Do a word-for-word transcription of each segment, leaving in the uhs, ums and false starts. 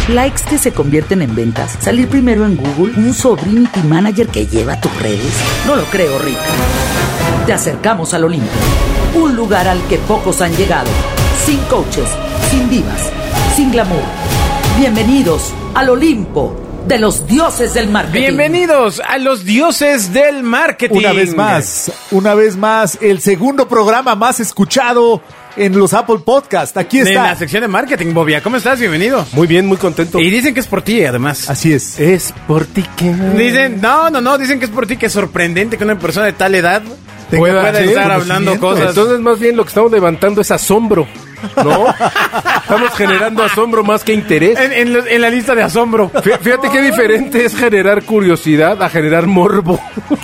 likes que se convierten en ventas, salir primero en Google, un sobrinity manager que lleva tus redes. No lo creo, Rick. Te acercamos al Olimpo, un lugar al que pocos han llegado, sin coaches, sin divas, sin glamour. Bienvenidos al Olimpo de los dioses del marketing. Bienvenidos a los dioses del marketing. Una vez más, una vez más, el segundo programa más escuchado en los Apple Podcast. Aquí está. En la sección de marketing, Bobia. ¿Cómo estás? Bienvenido. Muy bien, muy contento. Y dicen que es por ti, además. Así es. Es por ti que... Dicen, no, no, no, dicen que es por ti, que es sorprendente que una persona de tal edad pueda, pueda ¿sí? estar hablando cosas. Entonces, más bien, lo que estamos levantando es asombro, ¿no? Estamos generando asombro más que interés. En, en, lo- en la lista de asombro. Fíjate qué diferente es generar curiosidad a generar morbo.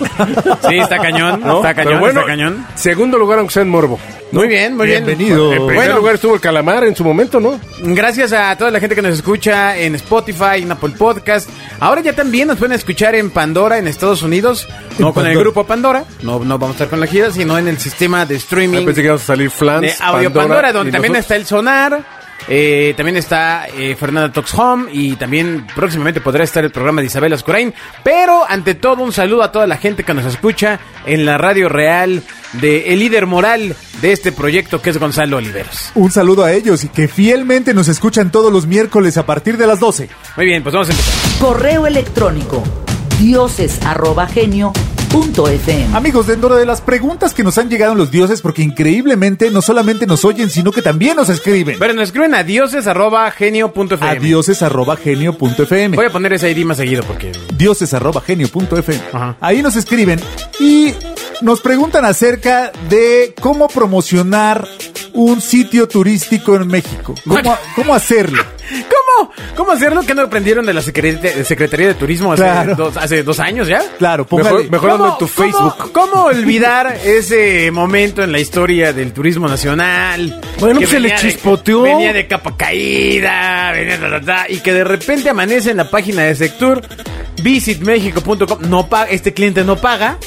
Sí, está cañón, ¿No? está cañón, Pero bueno, está cañón. segundo lugar, aunque sea en morbo. Muy bien, muy bien. Bienvenido. En primer Bueno. lugar estuvo el calamar en su momento, ¿no? Gracias a toda la gente que nos escucha en Spotify, en Apple Podcast. Ahora ya también nos pueden escuchar en Pandora, en Estados Unidos. No En con el Pandora. grupo Pandora. No, no vamos a estar con la gira, sino en el sistema de streaming Ah, pensé que íbamos a salir Flans, de Audio Pandora, Pandora, donde y también nosotros. está el Sonar. Eh, también está eh, Fernanda Talks Home. Y también próximamente podrá estar el programa de Isabel Ascurain. Pero ante todo, un saludo a toda la gente que nos escucha en la radio real de el líder moral de este proyecto, que es Gonzalo Oliveros. Un saludo a ellos y que fielmente nos escuchan todos los miércoles a partir de las doce. Muy bien, pues vamos a empezar. Correo electrónico dioses arroba genio punto f m. Amigos, dentro de las preguntas que nos han llegado los dioses, porque increíblemente no solamente nos oyen, sino que también nos escriben. Pero nos escriben a dioses arroba genio punto f m. A dioses arroba genio punto f m. Voy a poner ese I D más seguido porque... dioses arroba genio punto f m. Ajá. Ahí nos escriben y nos preguntan acerca de cómo promocionar un sitio turístico en México. ¿Cómo, cómo hacerlo? ¿Cómo? ¿Cómo hacerlo? ¿Que no aprendieron de la Secretaría de, Secretaría de Turismo hace, Claro. dos, hace dos años ya? Claro, póngale. Mejor, mejor hazlo en tu ¿Cómo- Facebook. ¿Cómo olvidar ese momento en la historia del turismo nacional? Bueno, Que pues se le venía de- chispoteó. Venía de capa caída, venía ta, ta, ta, y que de repente amanece en la página de Sectur, visit mexico punto com, no paga, este cliente no paga.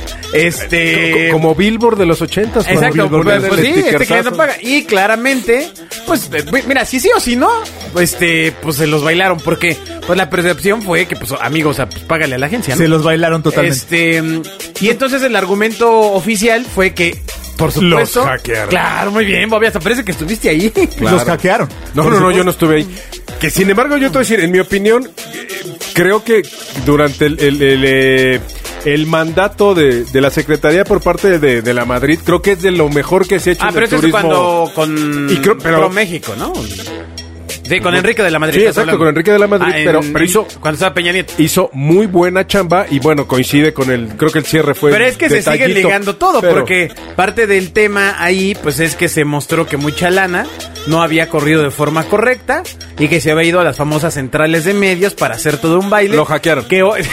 Este... Co- Como Billboard de los ochentas. cuando Exacto, Billboard pues, era pues el sí, este stickersazo. cliente no paga. Y claramente, pues, eh, mira, si sí o si no, pues, este, pues se los bailaron. Porque, pues la percepción fue que, pues, amigo, o sea, pues págale a la agencia, ¿no? Se los bailaron totalmente. Este, mm, y entonces el argumento oficial fue que, por supuesto. Los hackearon. Claro, muy bien, Bobby, hasta parece que estuviste ahí. Claro. Los hackearon. No, Por no, no, supuesto. yo no estuve ahí. Que sin embargo, yo te voy a decir, en mi opinión, eh, creo que durante el, el, el, eh, el mandato de, de la Secretaría por parte de, de la Madrid, creo que es de lo mejor que se ha hecho Ah, en pero el eso es turismo. cuando con Y creo- pero- Pro México, ¿no? Sí, con Enrique de la Madrid. Sí, estás exacto, hablando. con Enrique de la Madrid, Ah, en- pero, pero hizo, Cuando estaba Peña Nieto. hizo muy buena chamba y bueno, coincide con el, creo que el cierre fue Pero es que se sigue detallito, ligando todo, pero- porque parte del tema ahí, pues es que se mostró que mucha lana no había corrido de forma correcta y que se había ido a las famosas centrales de medios para hacer todo un baile. Lo hackearon. Que hoy...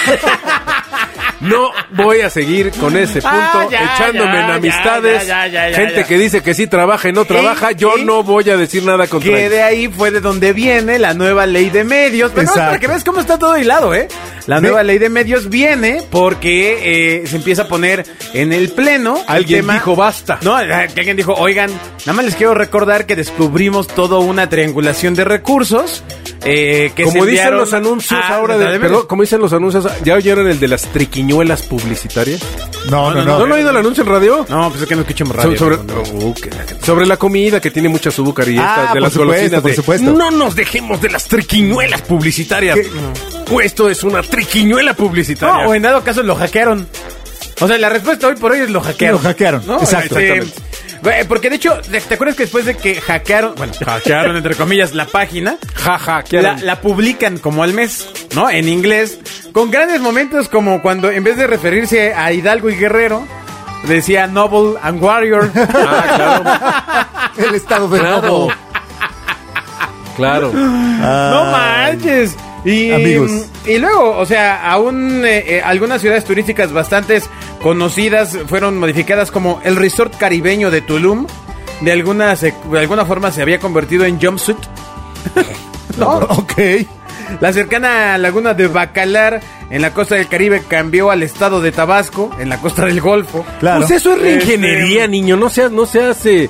No voy a seguir con ese punto, Ah, ya, echándome ya, en ya, amistades, ya, ya, ya, gente ya. que dice que sí trabaja y no trabaja, Y- yo y- no voy a decir nada contra Que él. de ahí fue de donde viene la nueva ley de medios. Pero no, Exacto. para que veas cómo está todo hilado, ¿eh? La Ve- nueva ley de medios viene porque eh, se empieza a poner en el pleno. el Alguien tema- dijo basta. No, eh, que alguien dijo, oigan, nada más les quiero recordar que descubrimos toda una triangulación de recursos. Eh, que se Como dicen enviaron los anuncios a- ahora de, de- perdón, como dicen los anuncios, ¿ya oyeron el de las triquiñuelas publicitarias? No, no, no. ¿No lo han oído el anuncio en radio? No, pues es que no escuchamos radio. sobre, no, no. Uh, que la- sobre la comida que tiene mucha azúcar y Ah, estas de por las supuesto, golosinas por de, supuesto. no nos dejemos de las triquiñuelas publicitarias. Pues esto es una triquiñuela publicitaria. No, o en dado caso lo hackearon. O sea, la respuesta hoy por hoy es lo hackearon. Lo hackearon, ¿no? exacto, Este, exactamente. eh, porque de hecho, ¿te te acuerdas que después de que hackearon, bueno, hackearon entre comillas la página, Ja, ja, ¿qué la, harán? la publican como al mes, ¿no? En inglés, con grandes momentos como cuando en vez de referirse a Hidalgo y Guerrero, decía Noble and Warrior. Ah, claro. El estado de Claro. Novo. Claro. No manches. Y, Amigos. y luego, o sea, aún eh, eh, algunas ciudades turísticas bastante conocidas fueron modificadas, como el Resort Caribeño de Tulum. De alguna, se- de alguna forma se había convertido en jumpsuit. ¿No? Ok. La cercana laguna de Bacalar en la costa del Caribe cambió al estado de Tabasco en la costa del Golfo. Claro. Pues eso es Este, reingeniería, niño. No seas, no seas, eh,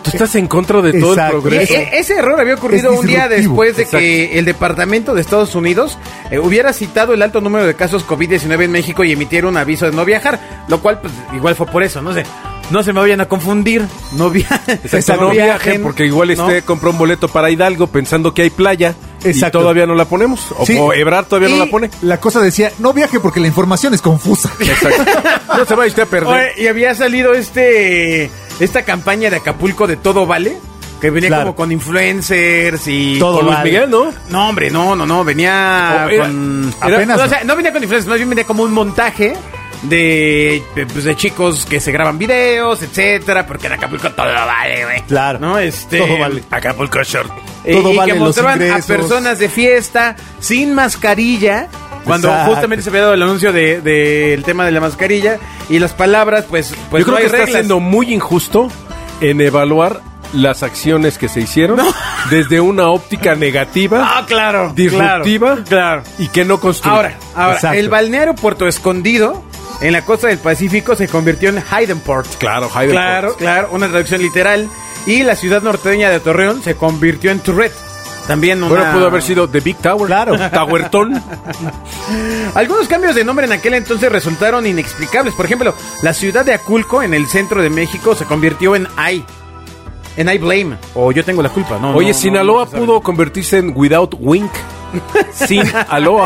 Tú estás en contra de todo Exacto. el progreso. E- e- ese error había ocurrido Es un día disruptivo. después de Exacto. que el Departamento de Estados Unidos eh, hubiera citado el alto número de casos COVID diecinueve en México y emitiera un aviso de no viajar, lo cual pues igual fue por eso, no sé. No se me vayan a confundir, no, via Exacto, no viajen, porque igual este ¿no? compró un boleto para Hidalgo pensando que hay playa Exacto. y todavía no la ponemos. O, Sí. o Ebrard todavía no Y- la pone. La cosa decía, no viaje porque la información es confusa. Exacto. No se vaya usted a perder. Oye, y había salido este esta campaña de Acapulco de Todo Vale, que venía Claro. como con influencers y Todo Con Luis vale. Miguel, ¿no? No, hombre, no, no, no, venía Oh, era- con... era- apenas, no, o ¿no? sea, no venía con influencers, más bien venía como un montaje de, de, pues, de chicos que se graban videos, etcétera, porque en Acapulco todo vale, güey. Claro. ¿No? Este... Todo vale. Acapulco Short. Todo y vale que los mostraban a ingresos. personas de fiesta sin mascarilla. Cuando Exacto. justamente se había dado el anuncio del de, del tema de la mascarilla y las palabras, pues, pues Yo creo no hay que está reglas. siendo muy injusto en evaluar las acciones que se hicieron desde una óptica negativa, Ah, claro. disruptiva Claro. claro. y que no construye. Ahora, ahora Exacto. el balneario Puerto Escondido en la costa del Pacífico se convirtió en Haydenport. Claro, Haydenport. Claro, claro, una traducción literal. Y la ciudad norteña de Torreón se convirtió en Tourette. También una... Bueno, pudo haber sido The Big Tower. Claro. Towerton. Algunos cambios de nombre en aquel entonces resultaron inexplicables. Por ejemplo, la ciudad de Aculco, en el centro de México, se convirtió en I. En I Blame. O yo tengo la culpa. No, Oye, no, no, Sinaloa no se sabe. pudo convertirse en Without Wink. Sin Aloha.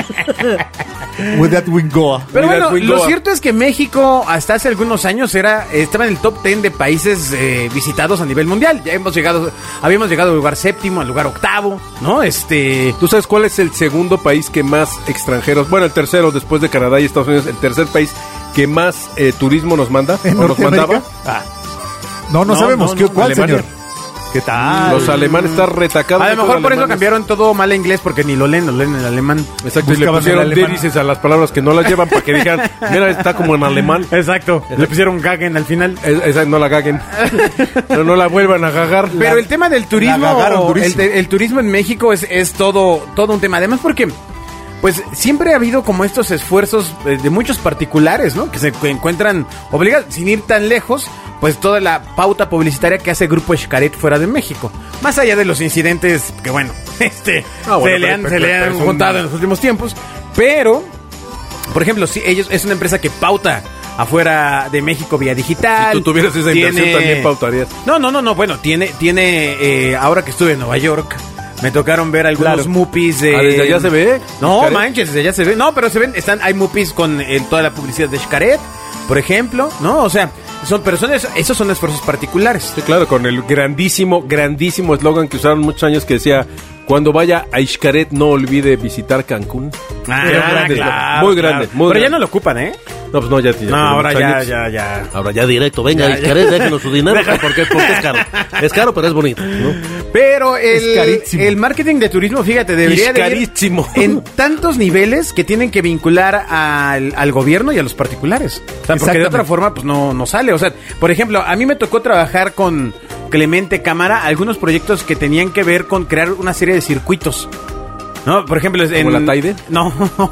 With that wingoa. Pero Mira, bueno, Wingoa. lo cierto es que México hasta hace algunos años era estaba en el top diez de países eh, visitados a nivel mundial. Ya hemos llegado, habíamos llegado al lugar séptimo, al lugar octavo, ¿no? Este, ¿Tú sabes cuál es el segundo país que más extranjeros, bueno, el tercero después de Canadá y Estados Unidos, el tercer país que más eh, turismo nos manda ¿En o nos mandaba? Norteamérica? Ah. No, no, No, sabemos. no, ¿Qué, no, ¿Cuál, Alemania. señor? ¿Qué tal? Los alemanes están retacados. a de lo mejor todo por eso alemanes. cambiaron todo mal en inglés porque ni lo leen, lo leen en alemán. Exacto, y le Buscaban pusieron el alemán. dédices a las palabras que no las llevan para que dijeran, mira, está como en alemán. Exacto. Le pusieron Gagen al final. Es- Esa no la caguen. No, no la vuelvan a cagar. Pero el tema del turismo, la cagaron el, durísimo. de- el turismo en México es, es todo, todo un tema. Además porque, pues, siempre ha habido como estos esfuerzos eh, de muchos particulares, ¿no? Que se que encuentran obligados, sin ir tan lejos, pues toda la pauta publicitaria que hace Grupo Xcaret fuera de México. Más allá de los incidentes que, bueno, este, Ah, bueno, se le pero- han, pero- se le pero han es un- juntado en los últimos tiempos. Pero, por ejemplo, si ellos es una empresa que pauta afuera de México vía digital. Si tú tuvieras esa inversión, tiene- también pautarías. No, no, no, no. Bueno, tiene, tiene. eh, ahora que estuve en Nueva York, me tocaron ver algunos Claro. mupis de. Ah, ¿desde allá se ve? No, Xcaret. manches, desde allá se ve. No, pero se ven, están, hay mupis con eh, toda la publicidad de Xcaret, por ejemplo, ¿no? O sea, son personas, esos son esfuerzos particulares. Sí, claro, con el grandísimo, grandísimo eslogan que usaron muchos años que decía, cuando vaya a Xcaret no olvide visitar Cancún. Ah, Era un grande, claro, muy grande, claro. muy Pero ya grande. no lo ocupan, ¿eh? No, pues no, ya tiene No, ahora muchos ya, años. ya, ya. Ahora ya directo, venga, Ya, ya. Xcaret, déjenos su dinero, porque, porque es caro. Es caro, pero es bonito, ¿no? Pero Es el, carísimo. el marketing de turismo, fíjate, debería Es de ir carísimo. en tantos niveles que tienen que vincular al, al gobierno y a los particulares. O sea, porque de Exactamente. otra forma, pues no, no sale. O sea, por ejemplo, a mí me tocó trabajar con Clemente Cámara algunos proyectos que tenían que ver con crear una serie de circuitos. No, por ejemplo, en ¿Como la Taide? No,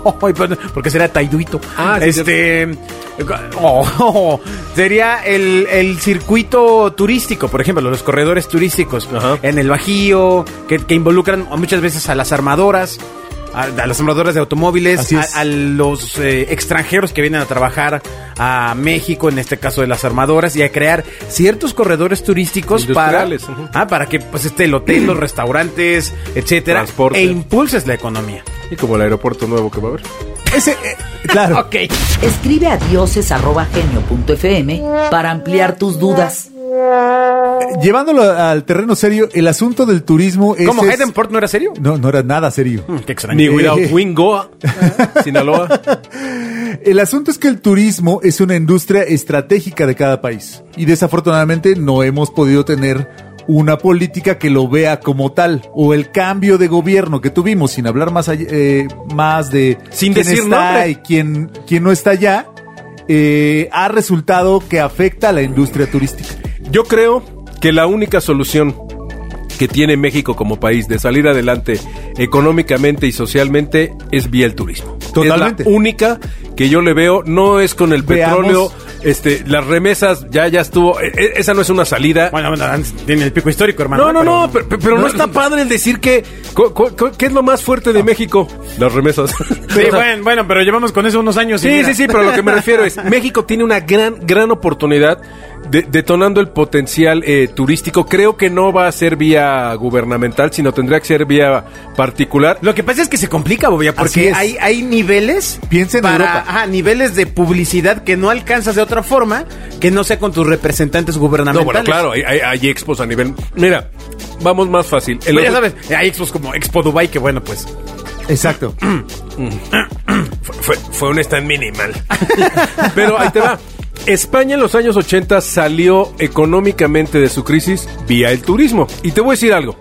porque será Taiduito. Ah, sí, este oh, oh, sería el, el circuito turístico, por ejemplo, los corredores turísticos Ajá. en el Bajío, que, que involucran muchas veces a las armadoras, a, a las armadoras de automóviles, Así es. a, a los eh, extranjeros que vienen a trabajar a México, en este caso de las armadoras, y a crear ciertos corredores turísticos para, Industriales, ujú. ah, para que pues esté el hotel, los restaurantes, etcétera, Transporte. e impulses la economía. Y como el aeropuerto nuevo que va a haber. Ese, eh, claro. Ok. Escribe a dioses arroba genio punto f m para ampliar tus dudas. Llevándolo al terreno serio, el asunto del turismo es... ¿Cómo es- Haydenport no era serio? No, no era nada serio. Mm, Qué extraño. Ni Without Wingoa, Sinaloa. El asunto es que el turismo es una industria estratégica de cada país. Y desafortunadamente no hemos podido tener una política que lo vea como tal. O el cambio de gobierno que tuvimos, sin hablar más, allá- eh, más de Sin quién decir está nombre. y quién, quién no está allá, eh, ha resultado que afecta a la industria turística. Yo creo que la única solución que tiene México como país de salir adelante económicamente y socialmente es vía el turismo. Totalmente. Es la única que yo le veo, no es con el Veamos. petróleo Este, las remesas ya ya estuvo, e- e- esa no es una salida. Bueno, bueno, tiene el pico histórico, hermano. No, no, pero- no, pero, pero- pero no está padre el decir que co- co- co- ¿qué es lo más fuerte de México? Las remesas. Sí, bueno, bueno, pero llevamos con eso unos años. y Sí, mira. sí, sí, pero lo que me refiero es, México tiene una gran, gran oportunidad de, detonando el potencial eh, turístico. Creo que no va a ser vía gubernamental, sino tendría que ser vía particular. Lo que pasa es que se complica, Bobia, Así porque es. hay, hay niveles. Piensa en para, Europa. Ajá, niveles de publicidad que no alcanzas de otra forma que no sea con tus representantes No, gubernamentales. bueno, claro, hay, hay- hay expos a nivel... Mira, vamos más fácil. El Pero ya otro- sabes, hay expos como Expo Dubai, que bueno, pues. Exacto. Fue, fue un stand minimal. Pero ahí te va. España en los años ochenta salió económicamente de su crisis vía el turismo. Y te voy a decir algo.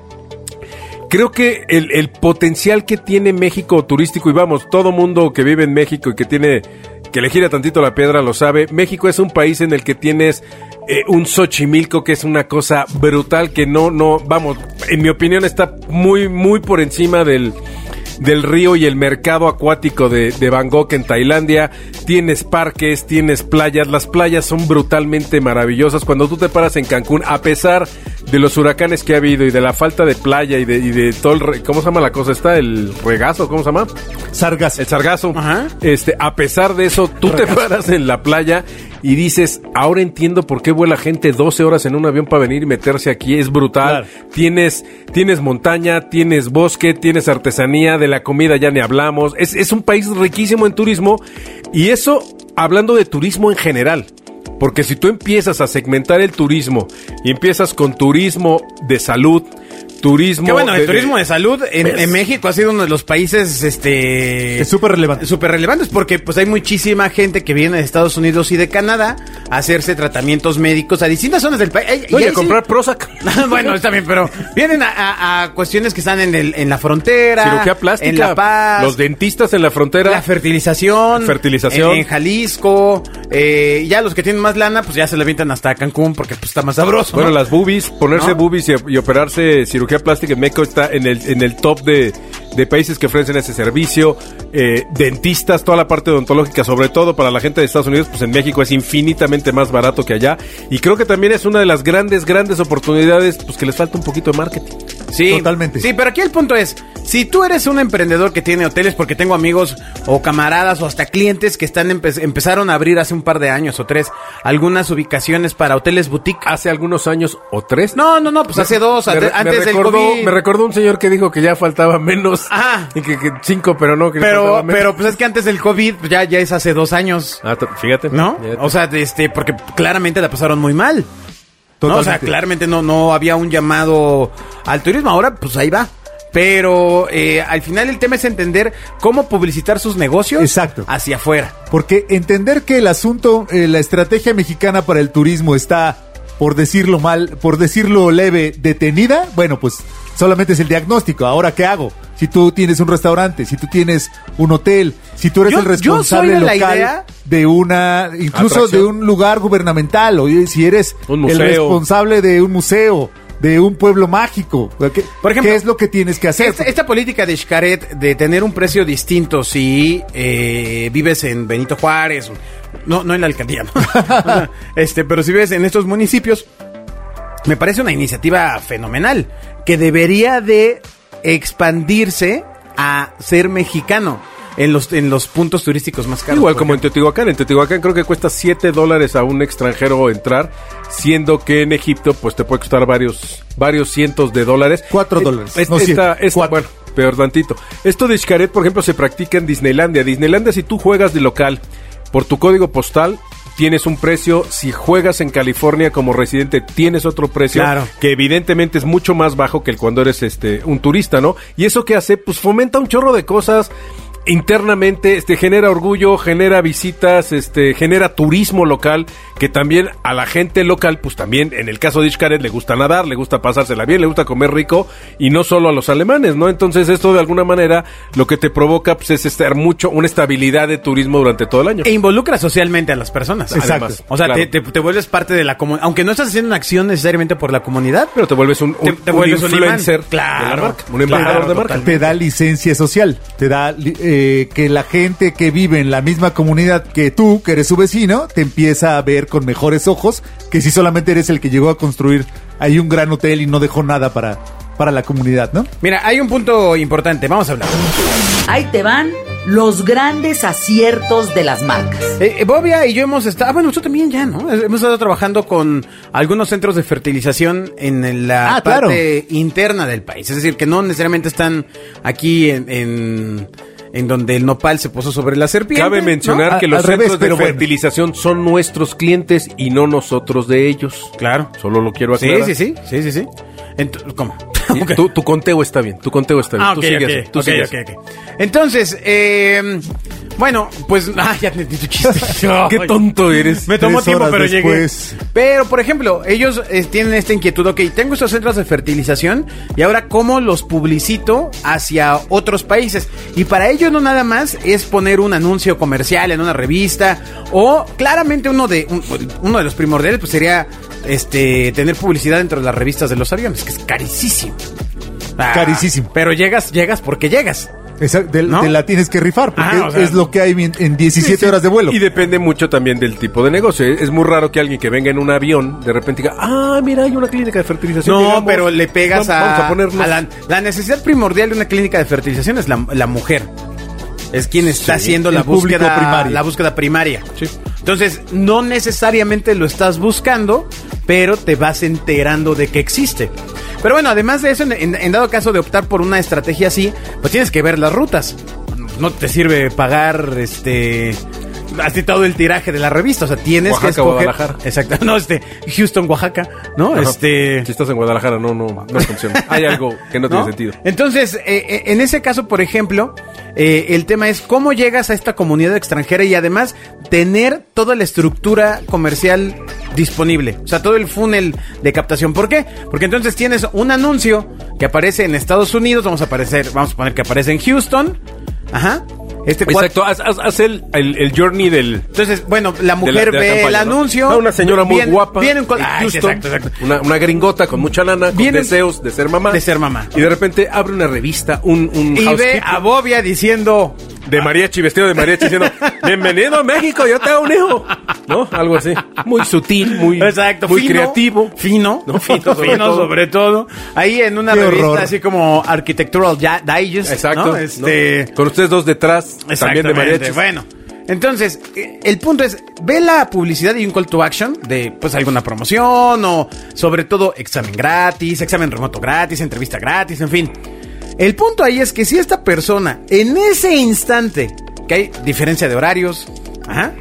Creo que el, el potencial que tiene México turístico, y vamos, todo mundo que vive en México y que tiene, que le gira tantito la piedra lo sabe, México es un país en el que tienes eh, un Xochimilco que es una cosa brutal que no, no, vamos, en mi opinión está muy, muy por encima del... del río y el mercado acuático de, de Bangkok en Tailandia. Tienes parques, tienes playas. Las playas son brutalmente maravillosas. Cuando tú te paras en Cancún, a pesar de los huracanes que ha habido y de la falta de playa y de, y de todo el... re- ¿Cómo se llama la cosa? ¿Está el regazo? ¿Cómo se llama? Sargazo. El sargazo. Ajá. Este, a pesar de eso, tú te paras en la playa y dices, ahora entiendo por qué vuela gente doce horas en un avión para venir y meterse aquí. Es brutal. Claro. Tienes, tienes montaña, tienes bosque, tienes artesanía, de la comida ya ni hablamos. Es, es un país riquísimo en turismo. Y eso, hablando de turismo en general. Porque si tú empiezas a segmentar el turismo y empiezas con turismo de salud, turismo... Que bueno, el de- turismo de salud en, Pues- en México ha sido uno de los países, este... Es súper relevante. Súper relevantes porque pues hay muchísima gente que viene de Estados Unidos y de Canadá a hacerse tratamientos médicos a distintas zonas del país. Ay, No, y y a ahí comprar sí- Prozac. Bueno, está bien, pero vienen a, a- a cuestiones que están en, el, en la frontera, Cirugía plástica. en La Paz, Los dentistas en la frontera. la fertilización, Fertilización. en, en Jalisco, eh, ya los que tienen más lana, pues ya se le avientan hasta Cancún porque pues está más sabroso. Bueno, ¿no? las boobies, ponerse ¿No? boobies y, y operarse cirugía plástica en México está en el, en el top de, de países que ofrecen ese servicio. Eh, dentistas, toda la parte odontológica, sobre todo para la gente de Estados Unidos, pues en México es infinitamente más barato que allá. Y creo que también es una de las grandes, grandes oportunidades, pues que les falta un poquito de marketing. Sí, Totalmente. Sí, pero aquí el punto es, si tú eres un emprendedor que tiene hoteles, porque tengo amigos o camaradas o hasta clientes que están empe- empezaron a abrir hace un par de años o tres algunas ubicaciones para hoteles boutique. Hace algunos años o tres. No, no, no, pues hace dos, Me ante- re- me antes del recordó, COVID. Me recordó un señor que dijo que ya faltaba menos. Ajá. Y que, que cinco, pero no. Que le Pero, faltaba menos. pero pues es que antes del COVID pues, ya, ya es hace dos años, Ah, t- fíjate. ¿no? Ya te- O sea, este, porque claramente la pasaron muy mal. ¿no? O sea, Totalmente. claramente no, no había un llamado al turismo. Ahora, pues ahí va. Pero eh, al final el tema es entender cómo publicitar sus negocios Exacto. hacia afuera. Porque entender que el asunto, eh, la estrategia mexicana para el turismo está, por decirlo mal, por decirlo leve, detenida, bueno, pues solamente es el diagnóstico. Ahora, ¿qué hago? Si tú tienes un restaurante, si tú tienes un hotel, si tú eres Yo- el yo responsable soy de la local idea- de una, incluso Atracción. de un lugar gubernamental, o si eres Un el museo. responsable de un museo, de un pueblo mágico, ¿qué, Por ejemplo, ¿qué es lo que tienes que hacer? Esta, esta política de Xcaret de tener un precio distinto si eh, vives en Benito Juárez, no, no en la alcaldía, ¿no? este, pero si vives en estos municipios, me parece una iniciativa fenomenal que debería de expandirse a ser mexicano en los en los puntos turísticos más caros. Igual por como en ejemplo. Teotihuacán. En Teotihuacán creo que cuesta siete dólares a un extranjero entrar, siendo que en Egipto pues te puede costar varios varios cientos de dólares. Cuatro Eh, dólares, es- no esta- siete, esta- cuatro. bueno, peor tantito. Esto de Xcaret, por ejemplo, se practica en Disneylandia. Disneylandia, si tú juegas de local por tu código postal, tienes un precio. Si juegas en California como residente, tienes otro precio. Claro. Que evidentemente es mucho más bajo que el cuando eres este un turista, ¿no? Y eso que hace, pues fomenta un chorro de cosas internamente, este genera orgullo, genera visitas, este genera turismo local, que también a la gente local, pues también en el caso de Xcaret le gusta nadar, le gusta pasársela bien, le gusta comer rico, y no solo a los alemanes, ¿no? Entonces esto de alguna manera lo que te provoca pues es estar mucho una estabilidad de turismo durante todo el año. E involucra socialmente a las personas. Exacto. Además. O sea, Claro. te, te- te vuelves parte de la comunidad. Aunque no estás haciendo una acción necesariamente por la comunidad, Pero te vuelves un, Te- un- te un vuelves un imán. influencer Claro, de la marca, un embajador claro, de marca. totalmente. Te da licencia social, te da li- eh, que la gente que vive en la misma comunidad que tú, que eres su vecino, te empieza a ver con mejores ojos que si solamente eres el que llegó a construir ahí un gran hotel y no dejó nada para, para la comunidad, ¿no? Mira, hay un punto importante, vamos a hablar. Ahí te van los grandes aciertos de las marcas. Eh, eh, Bobia y yo hemos estado, ah, bueno, tú también ya, ¿no? Hemos estado trabajando con algunos centros de fertilización en la Ah, parte interna del país. Es decir, que no necesariamente están aquí en, en, en donde el nopal se posó sobre la serpiente. Cabe mencionar ¿no? que A- los al centros revés, de pero bueno. fertilización son nuestros clientes y no nosotros de ellos. Claro. Solo lo quiero Sí, aclarar. sí, sí, sí, sí, sí. Ent- ¿Cómo? Y tu, tu conteo está bien, tu conteo está bien. Ah, tú ok, sigue ok, así, tú ok, sigue ok, así. ok. Entonces, eh, bueno, pues, ah, ya entendí tu chiste. Qué tonto eres. Me tomó Tres tiempo, horas pero después. llegué. Pero, por ejemplo, ellos eh, tienen esta inquietud. Ok, tengo estos centros de fertilización y ahora cómo los publicito hacia otros países. Y para ello no nada más es poner un anuncio comercial en una revista o claramente uno de un- uno de los primordiales pues sería este tener publicidad dentro de las revistas de los aviones, que es carísimo. Ah, Carísimo. Pero llegas, llegas porque llegas. Esa, te, ¿No? te la tienes que rifar porque Ah, o sea, es lo que hay en, en diecisiete Sí, sí. horas de vuelo. Y depende mucho también del tipo de negocio. Es muy raro que alguien que venga en un avión de repente diga, ah, mira, hay una clínica de fertilización. No, Llegamos, pero le pegas vamos, a, vamos a ponernos. a la, la necesidad primordial de una clínica de fertilización es la, la mujer. Es quien está Sí, haciendo la el público búsqueda primario. la búsqueda primaria. Sí. Entonces, no necesariamente lo estás buscando, pero te vas enterando de que existe. Pero bueno, además de eso, en, en- en dado caso de optar por una estrategia así, pues tienes que ver las rutas. No te sirve pagar este así todo el tiraje de la revista, o sea, tienes Oaxaca, que escoger. Guadalajara. Exacto. No, este Houston, Oaxaca, ¿no? Ajá. Este Si estás en Guadalajara, no, no, no funciona. Hay algo que no, tiene ¿no? sentido. Entonces, eh, eh, en ese caso, por ejemplo, eh, el tema es cómo llegas a esta comunidad extranjera y además tener toda la estructura comercial disponible. O sea, todo el funnel de captación. ¿Por qué? Porque entonces tienes un anuncio que aparece en Estados Unidos, vamos a aparecer, vamos a poner que aparece en Houston. Ajá. Este cuat- Exacto, haz, haz- haz el, el, el journey del... Entonces, bueno, la de mujer la- de la ve campaña, el ¿no? anuncio. Ah, una señora muy viene- guapa. Viene un col- en Ah, Houston, exacto, exacto. Una, una gringota con mucha lana, con Viene- deseos de ser mamá. de ser mamá. Y de repente abre una revista, un, un Y ve housekeeping a Bobia diciendo... de mariachi, vestido de mariachi, diciendo, bienvenido a México, yo tengo un hijo. ¿No? Algo así. Muy sutil, muy, Exacto, muy fino, creativo. Fino, No, fino, sobre fino, todo. sobre todo. Ahí en una Qué revista horror. así como Architectural Ya- Digest. Exacto. ¿no? ¿no? Este, Con ustedes dos detrás, también de exactamente, mariachi. Bueno, entonces, eh, el punto es, ve la publicidad y un call to action de, pues, alguna promoción o, sobre todo, examen gratis, examen remoto gratis, entrevista gratis, en fin. El punto ahí es que si esta persona, en ese instante, que hay diferencia de horarios, ajá,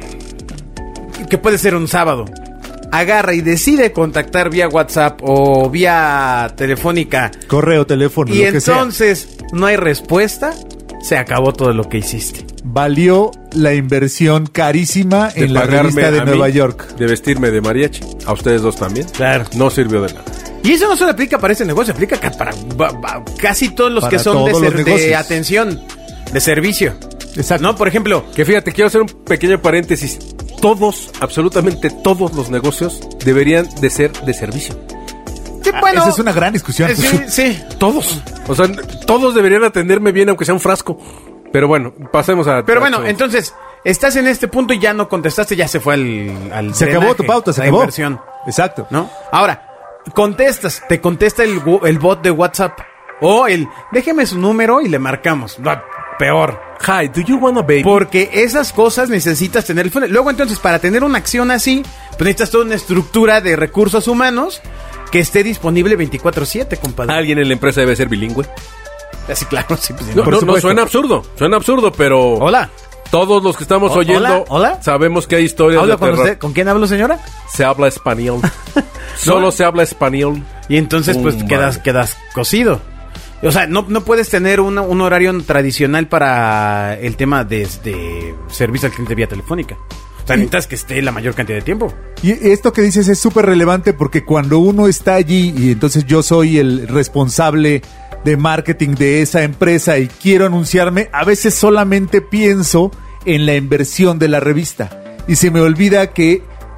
que puede ser un sábado, agarra y decide contactar vía WhatsApp o vía telefónica Correo, teléfono, y lo que sea. entonces no hay respuesta, se acabó todo lo que hiciste. Valió la inversión carísima De en la pagarme revista de a Nueva mí, York. de vestirme de mariachi. A ustedes dos también. Claro. No sirvió de nada. Y eso no solo aplica para ese negocio, aplica ca- para ba- ba- casi todos los Para que son de, todos ser- los de negocios. atención, de servicio. Exacto. ¿No? Por ejemplo, Que fíjate, quiero hacer un pequeño paréntesis. Todos, absolutamente todos los negocios deberían de ser de servicio. sí, Ah, bueno, esa es una gran discusión. eh, sí, sí. Todos. O sea, todos deberían atenderme bien aunque sea un frasco. Pero bueno, pasemos a... Pero a- bueno, a- entonces, estás en este punto y ya no contestaste, ya se fue al, al Se acabó drenaje, tu pauta, se la acabó. inversión, Exacto. ¿no? Ahora, contestas, te contesta el, gu- el bot de WhatsApp o el, déjeme su número y le marcamos. No, peor. Hi, do you want a baby? Porque esas cosas necesitas tener el funnel. Luego entonces, para tener una acción así, pues necesitas toda una estructura de recursos humanos que esté disponible veinticuatro siete, compadre. Alguien en la empresa debe ser bilingüe. Así, claro, sí, pues, No, Por no, no, supuesto. suena absurdo. Suena absurdo, pero... Hola. Todos los que estamos O- oyendo hola, hola. sabemos que hay historias ¿Hablo de con terror. usted? ¿Con quién hablo, señora? Se habla español. Solo se habla español. Y entonces, pues, Oh, quedas, madre. quedas cocido. O sea, no, no puedes tener una- un horario tradicional para el tema de, de servicio al cliente vía telefónica. O sea, necesitas que esté la mayor cantidad de tiempo. Y esto que dices es súper relevante porque cuando uno está allí y entonces yo soy el responsable de marketing de esa empresa y quiero anunciarme, a veces solamente pienso en la inversión de la revista y se me olvida que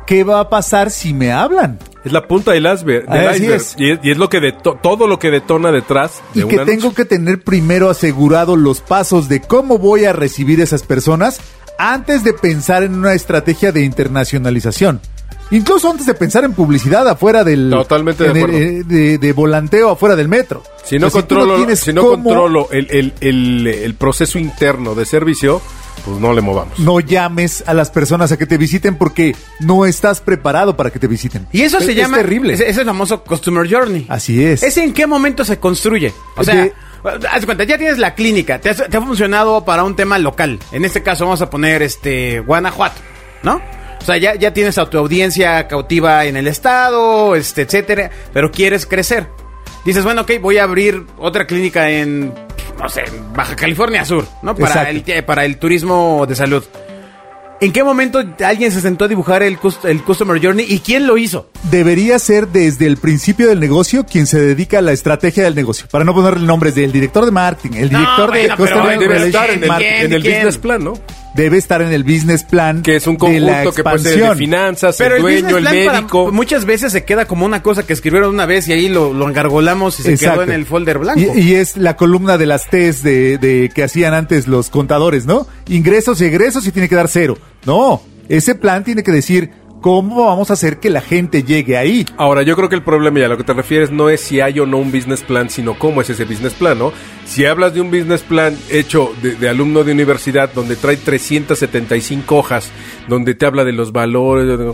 ¿qué va a pasar si me hablan? Es la punta del iceberg. Del Así iceberg. es. Y, es, y es lo que deto- todo lo que detona detrás de Y un que anuncio. tengo que tener primero asegurado los pasos de cómo voy a recibir esas personas antes de pensar en una estrategia de internacionalización. Incluso antes de pensar en publicidad afuera del... Totalmente de en el- acuerdo. eh, de, de volanteo afuera del metro. Si no O sea, tú controlo, tienes si no cómo, controlo el, el, el, el proceso interno de servicio, pues no le movamos. no llames a las personas a que te visiten porque no estás preparado para que te visiten. Y eso Es- se es llama... terrible. Es, es el famoso Customer Journey. Así es. ¿Ese en qué momento se construye? O sea, De- haz de cuenta, ya tienes la clínica, te, has- te ha funcionado para un tema local. En este caso vamos a poner este Guanajuato, ¿no? O sea, ya, ya tienes a tu audiencia cautiva en el estado, este, etcétera, pero quieres crecer. Dices, bueno, ok, voy a abrir otra clínica en, no sé, en Baja California Sur, ¿no? Para Exacto. el, para el turismo de salud. ¿En qué momento alguien se sentó a dibujar el, cust- el Customer Journey y quién lo hizo? Debería ser desde el principio del negocio quien se dedica a la estrategia del negocio. Para no ponerle nombres del director de marketing, el No, director de bueno, pero Customer Debe Relation estar en el, Marketing. ¿quién? en el ¿quién? business plan, ¿no? Debe estar en el business plan. Que es un de la conjunto que puede ser de expansión. finanzas, Pero el dueño, business el plan para- médico. muchas veces se queda como una cosa que escribieron una vez y ahí lo, lo engargolamos y se Exacto. quedó en el folder blanco. Y, y es la columna de las T's de, de que hacían antes los contadores, ¿no? Ingresos y egresos y tiene que dar cero. No, ese plan tiene que decir cómo vamos a hacer que la gente llegue ahí. Ahora, yo creo que el problema, y a lo que te refieres, no es si hay o no un business plan, sino cómo es ese business plan, ¿no? Si hablas de un business plan hecho de, de alumno de universidad, donde trae trescientas setenta y cinco hojas, donde te habla de los valores... de-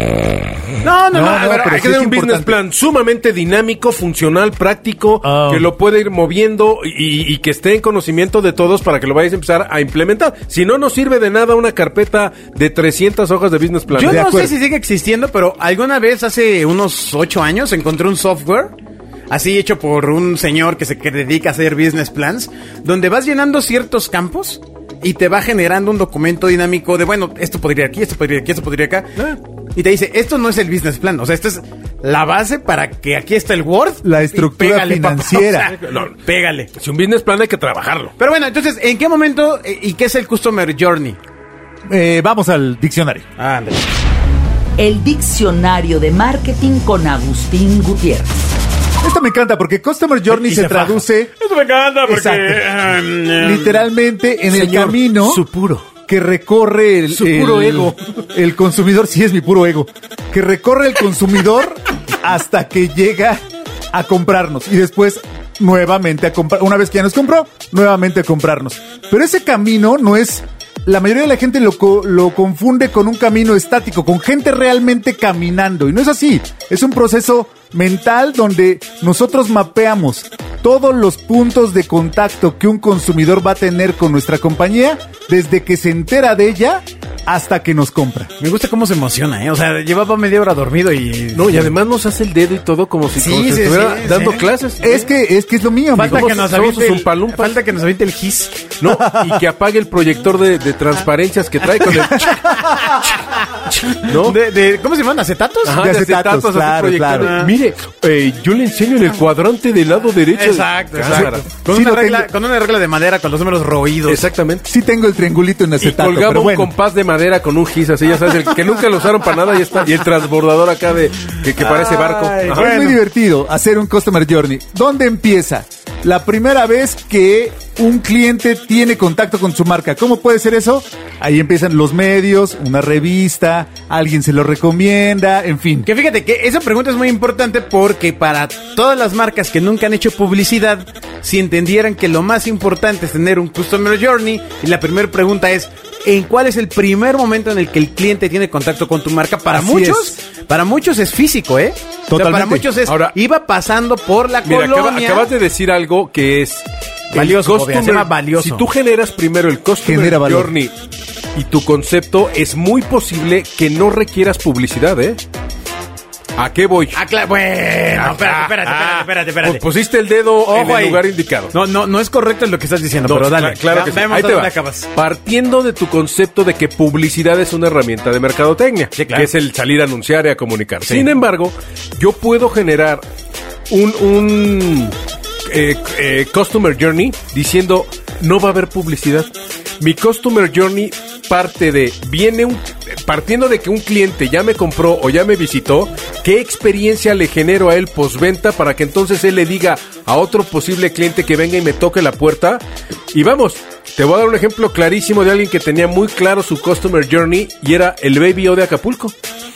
no, no, no, No, a no, ver, pero Hay sí que es tener un business importante. plan sumamente dinámico, funcional, práctico, Ah. que lo puede ir moviendo y, y que esté en conocimiento de todos para que lo vayas a empezar a implementar. Si no, no sirve de nada una carpeta de trescientas hojas de business plan. yo de no acuerdo. sé si sigue existiendo, pero alguna vez hace unos ocho años encontré un software así hecho por un señor que se que dedica a hacer business plans, donde vas llenando ciertos campos y te va generando un documento dinámico de, bueno, esto podría ir aquí, esto podría ir aquí, esto podría ir acá. Y te dice, esto no es el business plan, o sea, esto es la base para que aquí está el Word. La y estructura pégale, papá. financiera. O sea, no, pégale. Si un business plan hay que trabajarlo. Pero bueno, entonces, ¿en qué momento eh, y qué es el Customer Journey? Eh, vamos al diccionario. Ándale. El diccionario de marketing con Agustín Gutiérrez. Esto me encanta porque Customer Journey Y se, se faja. traduce Esto me encanta porque... Exacto. um, um, literalmente en el Señor, camino su puro. que recorre el, Su puro el- ego. el consumidor, sí es mi puro ego, que recorre el consumidor hasta que llega a comprarnos y después nuevamente a comprar, una vez que ya nos compró, nuevamente a comprarnos. Pero ese camino no es, la mayoría de la gente lo, co- lo confunde con un camino estático, con gente realmente caminando y no es así, es un proceso mental donde nosotros mapeamos todos los puntos de contacto que un consumidor va a tener con nuestra compañía desde que se entera de ella hasta que nos compra. Me gusta cómo se emociona, ¿eh? O sea, llevaba media hora dormido y... No, y además nos hace el dedo y todo como si, Sí, como si sí, estuviera sí, dando sí. clases. Es que es que es lo mío, Falta amigo. que, nos somos aviente sus el, umpalumpas. falta que nos aviente el gis. No, y que apague el proyector de, de transparencias que trae con el... ¿No? De, de- ¿Cómo se llaman? ¿Acetatos? Ajá, de acetatos, así claro, proyectando. claro. Mire, eh, yo le enseño en el cuadrante del lado derecho. Exacto, Cámara. exacto. Con, Sí, una lo regla, tengo. con una regla de madera con los números roídos. Exactamente. Sí tengo el triangulito en Y acetato, colgaba pero un bueno. compás de madera con un gis, así ya sabes, el que nunca lo usaron para nada y está. Y el transbordador acá de que, que parece barco. Ay, Ajá. Es muy divertido hacer un Customer Journey. ¿Dónde empieza? La primera vez que un cliente tiene contacto con su marca. ¿Cómo puede ser eso? Ahí empiezan los medios, una revista, alguien se lo recomienda, en fin. Que fíjate que esa pregunta es muy importante porque para todas las marcas que nunca han hecho publicidad, si entendieran que lo más importante es tener un Customer Journey, y la primera pregunta es, ¿en cuál es el primer momento en el que el cliente tiene contacto con tu marca? Para Así muchos, para muchos es físico, ¿eh? O sea, para Totalmente. muchos es, Ahora- iba pasando por la Mira, acaba- colonia. acabas de decir algo que es el Valioso, customer- Bobia, se llama valioso. Si tú generas primero el Customer Genera valor. Journey y tu concepto, es muy posible que no requieras publicidad, ¿eh? ¿A qué voy? Ah, claro, bueno, espérate, espérate, Ah, espérate, espérate. pues pusiste el dedo en Ojo el ahí. lugar indicado. No, no, no es correcto lo que estás diciendo, No, pero dale. cla- claro que sí. Vemos Ahí a te dónde va. acabas. Partiendo de tu concepto de que publicidad es una herramienta de mercadotecnia, Sí, claro. que es el salir a anunciar y a comunicar. Sí. Sin embargo, yo puedo generar un, un eh, eh, Customer Journey diciendo no va a haber publicidad. Mi Customer Journey parte de, viene un, partiendo de que un cliente ya me compró o ya me visitó, ¿qué experiencia le genero a él postventa para que entonces él le diga a otro posible cliente que venga y me toque la puerta? Y vamos, te voy a dar un ejemplo clarísimo de alguien que tenía muy claro su customer journey y era el Baby O de Acapulco.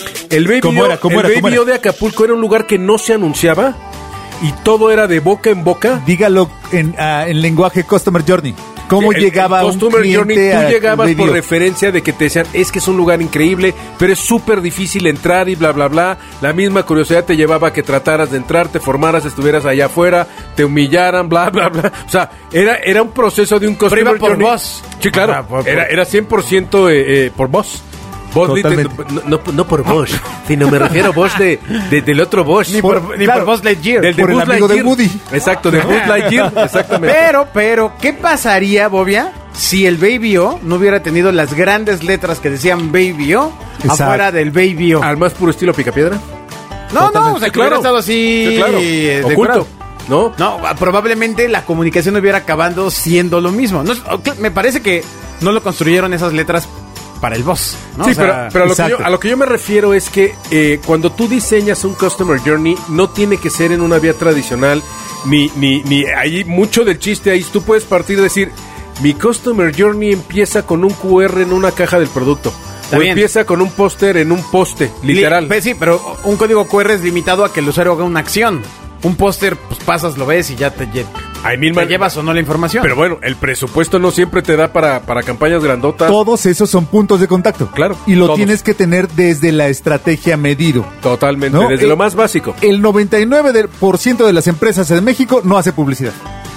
El Baby ¿Cómo O, era? ¿Cómo el era? Baby ¿Cómo era? O de Acapulco era un lugar que no se anunciaba y todo era de boca en boca. Dígalo en, uh, en lenguaje Customer Journey. ¿Cómo El- llegaba el un Customer cliente Journey, tú a- llegabas al por Baby O? referencia de que te decían, es que es un lugar increíble, pero es súper difícil entrar y bla, bla, bla. La misma curiosidad te llevaba a que trataras de entrar, te formaras, estuvieras allá afuera, te humillaran, bla, bla, bla. O sea, era, era un proceso de un Customer iba por Journey. voz. Sí, claro. Ah, por- por- Era, era cien por ciento eh, eh, por voz. Voz Totalmente. no, no, no por Bosch, sino me refiero a voz de, de- del otro Bosch. Ni por, ni claro, por Buzz Lightyear. Del de por el Buzz amigo de Lightyear. Woody. Exacto, de Buzz Lightyear, exactamente. Pero, pero, ¿qué pasaría, Bobia, si el Baby O no hubiera tenido las grandes letras que decían Baby O Exacto. afuera del Baby O? Al más puro estilo Picapiedra. No, no, o sea, Sí, que hubiera estado así, Sí, claro. eh, Oculto, decorado. ¿no? No, probablemente la comunicación hubiera acabado siendo lo mismo. No, ok, me parece que no lo construyeron esas letras para el boss, ¿no? Sí, O sea, pero, pero a, lo que exacto. yo, a lo que yo me refiero es que eh, cuando tú diseñas un Customer Journey, no tiene que ser en una vía tradicional, ni, ni, ni hay mucho del chiste ahí. Tú puedes partir de decir, mi Customer Journey empieza con un cu erre en una caja del producto. Está o bien. empieza con un póster en un poste, literal. Li- pues sí, pero un código cu erre es limitado a que el usuario haga una acción. Un póster, pues pasas, lo ves y ya te, lle- Hay mil te man- llevas o no la información. Pero bueno, el presupuesto no siempre te da para, para campañas grandotas. Todos esos son puntos de contacto. Claro, Y lo todos. tienes que tener desde la estrategia medido. Totalmente, ¿No? desde Eh, lo más básico. El noventa y nueve por ciento de las empresas en México no hace publicidad.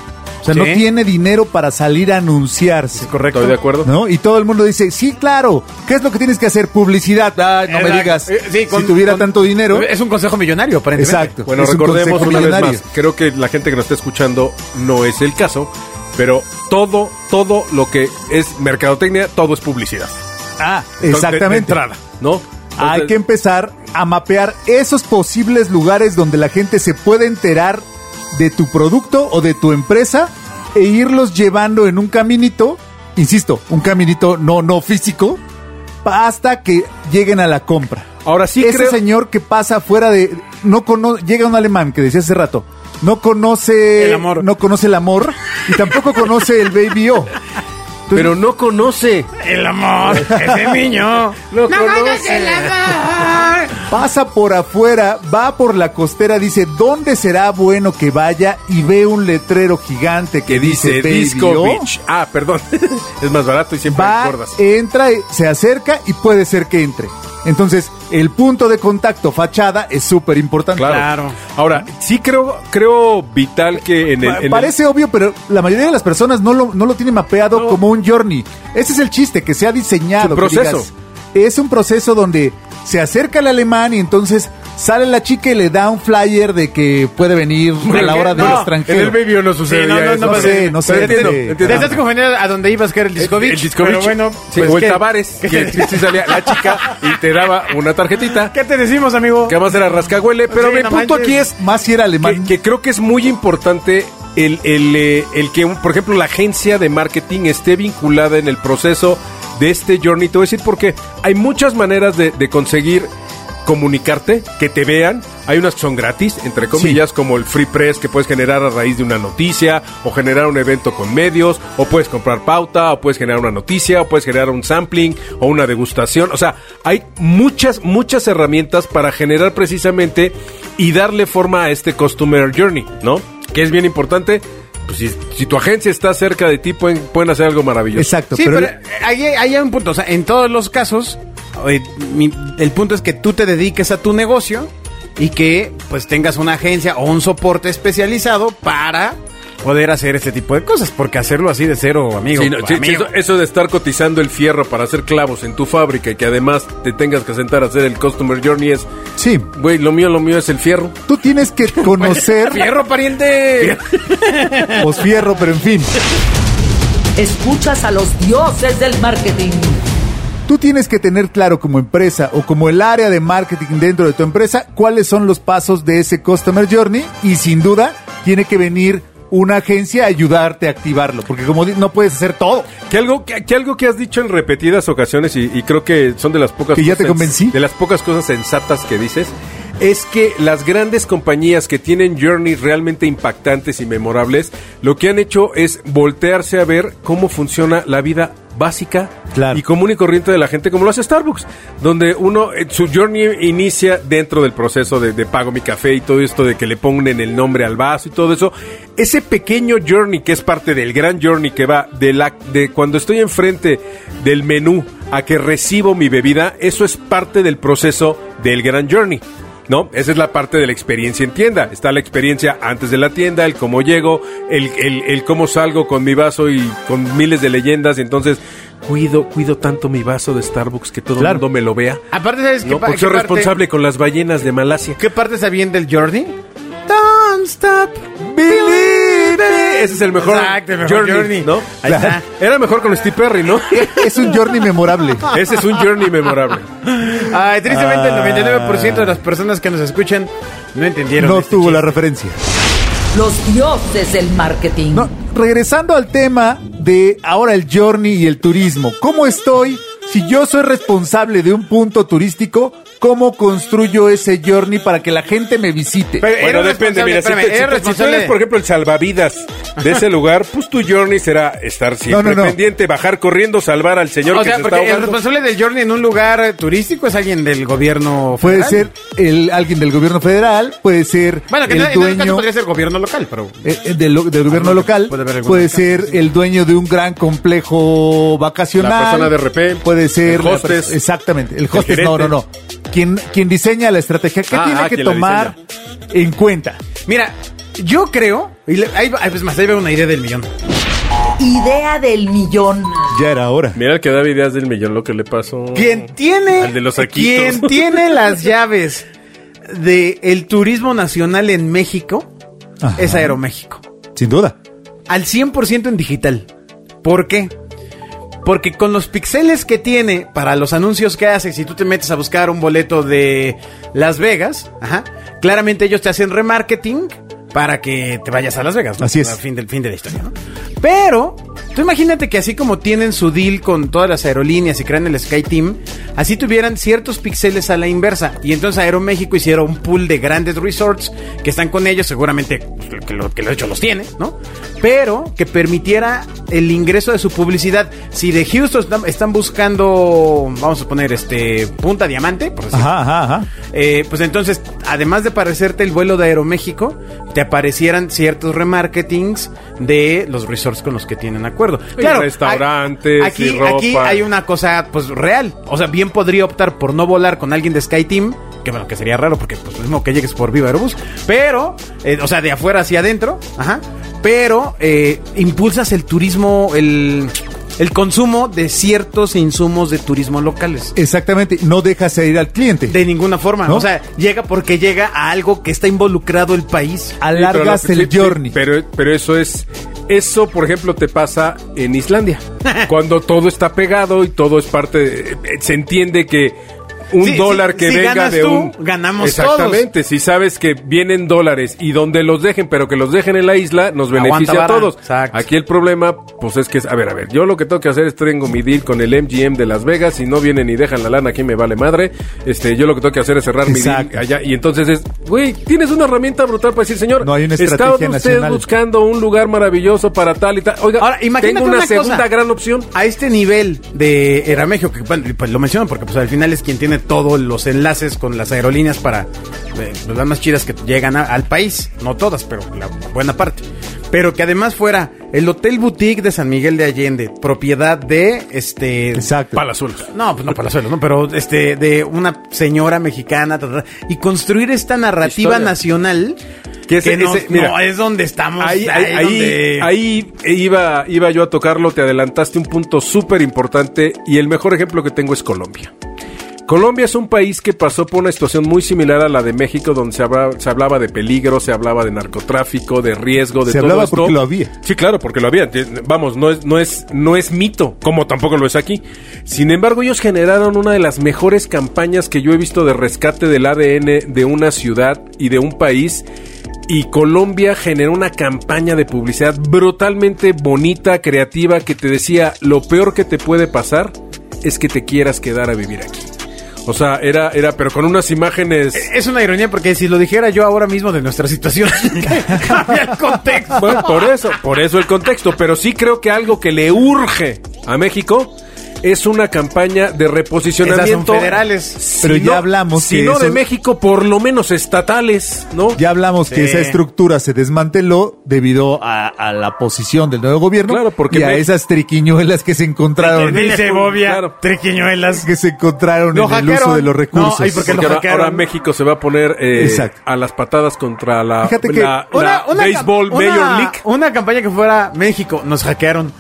O sea, Sí. no tiene dinero para salir a anunciarse. Correcto. Estoy de acuerdo. ¿No? Y todo el mundo dice, sí, claro, ¿qué es lo que tienes que hacer? Publicidad. Ay, no me Exacto. digas, Eh, sí, con- si tuviera con- tanto dinero. Es un consejo millonario, aparentemente. Exacto. Bueno, es un recordemos consejo una vez millonario. más, creo que la gente que nos está escuchando no es el caso, pero todo, todo lo que es mercadotecnia, todo es publicidad. Ah, Entonces, de- de exactamente. entrada, ¿no? Hay Entonces, que empezar a mapear esos posibles lugares donde la gente se puede enterar de tu producto o de tu empresa e irlos llevando en un caminito, insisto, un caminito no, no físico, hasta que lleguen a la compra. Ahora sí Ese creo... señor que pasa fuera de... no cono, llega un alemán que decía hace rato, no conoce El amor. no conoce el amor y tampoco conoce el Baby O. Pero no conoce. El amor, ese niño. No conoce. Pasa por afuera, va por la costera, dice, ¿dónde será bueno que vaya? Y ve un letrero gigante que, Que dice Baby Disco O. Beach. Ah, perdón. Es más barato y siempre Va, recuerdas. entra, se acerca y puede ser que entre. Entonces, el punto de contacto fachada es súper importante. Claro. Claro. Ahora, sí creo, creo vital que en el... Pa- en el- Parece obvio, pero la mayoría de las personas no lo, no lo tienen mapeado No. como un journey. Ese es el chiste, que sea diseñado. Es un que proceso. digas, es un proceso donde se acerca el alemán y entonces sale la chica y le da un flyer de que puede venir a la hora del No, extranjero. En el Baby O no sucede Sí, no, no, eso. no, No sé, no sé. Pero entiendo, este, entiendo. Te estás confundiendo a donde ibas, que era el Disco El, Beach. el Disco Pero Beach. bueno, Sí, pues, o el ¿qué? Tavares, ¿Qué que te- sí salía la chica y te daba una tarjetita, ¿Qué te decimos, amigo? que además era rascahuele, pero Sí, mi no punto manches. aquí es Más si era alemán. que, que creo que es muy importante el, el, eh, el que, un- por ejemplo, la agencia de marketing esté vinculada en el proceso de este journey. Te voy a decir porque hay muchas maneras de, de conseguir comunicarte, que te vean. Hay unas que son gratis, entre comillas, como el free press que puedes generar a raíz de una noticia, o generar un evento con medios, o puedes comprar pauta, o puedes generar una noticia, o puedes generar un sampling, o una degustación. O sea, hay muchas, muchas herramientas para generar precisamente y darle forma a este Customer Journey, ¿no? Que es bien importante. Pues si, si tu agencia está cerca de ti, pueden, pueden hacer algo maravilloso. Exacto. Sí, pero, pero, ahí, ahí hay un punto. O sea, en todos los casos, eh, mi- el punto es que tú te dediques a tu negocio y que pues tengas una agencia o un soporte especializado para poder hacer este tipo de cosas. Porque hacerlo así de cero, amigo. Sí, no, sí, sí, amigo. eso, eso de estar cotizando el fierro para hacer clavos en tu fábrica y que además te tengas que sentar a hacer el Customer Journey es, sí, güey, lo mío, lo mío es el fierro. tú tienes que conocer... ¡Fierro, pariente! Pues fierro, pero en fin. Escuchas a los dioses del marketing. Tú tienes que tener claro como empresa o como el área de marketing dentro de tu empresa cuáles son los pasos de ese Customer Journey y sin duda tiene que venir una agencia a ayudarte a activarlo, porque como di- no puedes hacer todo. Que algo que, que algo que has dicho en repetidas ocasiones y, y creo que son de las pocas ¿Que ya te cosas- convencí? de las pocas cosas sensatas que dices, es que las grandes compañías que tienen journeys realmente impactantes y memorables, lo que han hecho es voltearse a ver cómo funciona la vida básica Claro. y común y corriente de la gente, como lo hace Starbucks, donde uno, eh, su journey inicia dentro del proceso de, de pago mi café y todo esto de que le pongan el nombre al vaso y todo eso. Ese pequeño journey que es parte del gran journey que va de, la, de cuando estoy enfrente del menú a que recibo mi bebida, eso es parte del proceso del gran journey. ¿No? Esa es la parte de la experiencia en tienda. Está la experiencia antes de la tienda, el cómo llego, el, el, el cómo salgo con mi vaso y con miles de leyendas. Y entonces, cuido, cuido tanto mi vaso de Starbucks que todo Claro. el mundo me lo vea. Aparte, ¿sabes qué, No, pa- porque qué soy parte- responsable con las ballenas de Malasia. ¿Qué parte está bien del Journey? Don't stop Believe. Ese es el mejor, Exacto, el mejor journey, journey. ¿no? Ahí está. Era mejor con Steve Perry, ¿no? Es un journey memorable. Ese es un journey memorable. Ay, tristemente el Ah. noventa y nueve por ciento de las personas que nos escuchan no entendieron. No este tuvo chiste. la referencia. Los dioses del marketing. No, regresando al tema de ahora el journey y el turismo. ¿Cómo estoy? Si yo soy responsable de un punto turístico, ¿cómo construyo ese journey para que la gente me visite? Pero Bueno, eres depende, responsable, mira, si, espérame, te- si eres te- si tú responsable. eres, por ejemplo, el salvavidas de ese lugar, pues tu journey será estar siempre No, no, no. pendiente, bajar corriendo, salvar al señor O que sea, se porque está el ahogando. responsable del Journey en un lugar eh, turístico es alguien del gobierno Puede federal. ser el, alguien del gobierno federal, puede ser Bueno, que el en, en este caso dueño podría ser gobierno local, pero... eh, eh, del, del gobierno local, puede haber alguna puede vez ser el dueño de un gran complejo vacacional, La persona de repente, puede ser el la hostes, per- exactamente, el hostes, gerente. no, no, no, quien, quien diseña la estrategia, ¿qué Ah, tiene ah, que quien la tomar en cuenta? Mira, yo creo... Y le- ahí, va- ahí, pues más, ahí veo una idea del millón. Idea del millón. Ya era hora. Mira el que daba ideas del millón, lo que le pasó. Quien tiene... Al de los saquitos. Quien tiene las llaves de el turismo nacional en México Ajá. es Aeroméxico. Sin duda. Al cien por ciento en digital. ¿Por qué? Porque con los pixeles que tiene para los anuncios que hace, si tú te metes a buscar un boleto de Las Vegas, ajá, claramente ellos te hacen remarketing para que te vayas a Las Vegas, ¿no? Así es. Al fin del fin de la historia, ¿no? Pero tú imagínate que así como tienen su deal con todas las aerolíneas y crean el SkyTeam, así tuvieran ciertos píxeles a la inversa. Y entonces Aeroméxico hiciera un pool de grandes resorts que están con ellos, seguramente que lo, que lo hecho los tiene, ¿no? Pero que permitiera el ingreso de su publicidad. Si de Houston están, están buscando, vamos a poner este Punta Diamante, por decirlo, Ajá, ajá, ajá. eh, pues entonces, además de aparecerte el vuelo de Aeroméxico, te aparecieran ciertos remarketings de los resorts con los que tienen acuerdo. Claro, restaurantes hay- aquí, y ropa. aquí hay una cosa pues real. O sea, bien podría optar por no volar con alguien de SkyTeam, que bueno, que sería raro porque pues lo mismo que llegues por Viva Aerobús, pero, eh, o sea, de afuera hacia adentro, ajá, pero eh, impulsas el turismo, el, el consumo de ciertos insumos de turismo locales. Exactamente, no dejas ir al cliente. De ninguna forma, ¿No? o sea, llega porque llega a algo que está involucrado el país. Alargas Sí, pero el la- sí, journey. sí, pero, pero eso es... Eso, por ejemplo, te pasa en Islandia. Cuando todo está pegado y todo es parte... de- se entiende que un Sí, dólar sí, que si venga ganas de tú, un... ganamos Exactamente. Si sabes que vienen dólares y donde los dejen, pero que los dejen en la isla, nos Aguanta beneficia a vara. todos. Exacto. Aquí el problema, pues es que... es- A ver, a ver. Yo lo que tengo que hacer es tengo mi deal con el M G M de Las Vegas. Si no vienen y dejan la lana, aquí me vale madre. Este, yo lo que tengo que hacer es cerrar Exacto. mi deal allá. Y entonces es... Güey, tienes una herramienta brutal para decir, señor... No hay una ¿estaban estrategia ustedes nacional. buscando un lugar maravilloso para tal y tal? Oiga, Ahora, imagínate tengo una, una segunda cosa. gran opción. A este nivel de Aeroméxico, que bueno, pues lo menciono porque pues al final es quien tiene todos los enlaces con las aerolíneas para eh, pues, las más chidas que llegan a- al país, no todas, pero la buena parte. Pero que además fuera el Hotel Boutique de San Miguel de Allende, propiedad de este Exacto. Palazuelos. No, pues no Palazuelos, no, pero este de una señora mexicana ta, ta, ta, y construir esta narrativa Historia. nacional Que ese- no, ese- mira, no es donde estamos Ahí, ahí, ahí, ahí, donde- ahí iba, iba yo a tocarlo, te adelantaste un punto súper importante y el mejor ejemplo que tengo es Colombia. Colombia es un país que pasó por una situación muy similar a la de México, donde se hablaba, se hablaba de peligro, se hablaba de narcotráfico, de riesgo, de Se todo hablaba esto. porque lo había. Sí, claro, porque lo había. Vamos, no es, no es, no es mito, como tampoco lo es aquí. Sin embargo, ellos generaron una de las mejores campañas que yo he visto de rescate del A D N de una ciudad y de un país. y Colombia generó una campaña de publicidad brutalmente bonita, creativa, que te decía, lo peor que te puede pasar es que te quieras quedar a vivir aquí. O sea, era, era, pero con unas imágenes... Es una ironía porque si lo dijera yo ahora mismo de nuestra situación, cambia el contexto. Bueno, por eso, por eso el contexto. Pero sí creo que algo que le urge a México es una campaña de reposicionamiento. Esas son federales. Pero Si ya no- hablamos Si que no de eso- México, por lo menos estatales, ¿no? Ya hablamos Sí. que esa estructura se desmanteló debido a, a la posición del nuevo gobierno Claro, porque y a me- esas triquiñuelas que se encontraron, Dice Bobia, Claro. triquiñuelas. que se encontraron Lo en el hackearon. uso de los recursos. No, ay, porque Porque lo ahora, hackearon. ahora México se va a poner eh, Exacto. a las patadas contra la, Fíjate que la, Una, la una Baseball cam- Major una- League. Una campaña que fuera México, nos hackearon.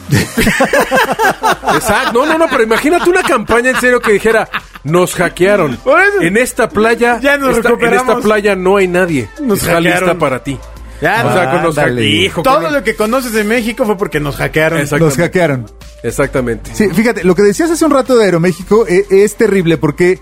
Exacto. No, no, no, pero imagínate una campaña en serio que dijera, nos hackearon. Por eso. En esta playa, Ya nos esta- en recuperamos. esta playa no hay nadie. Nos Está hackearon. lista para ti. Ya, O sea, con los Ándale. hack- hijo, todo con- lo que conoces de México fue porque nos hackearon. Exacto. Los hackearon. Exactamente. Sí, fíjate, lo que decías hace un rato de Aeroméxico eh, es terrible porque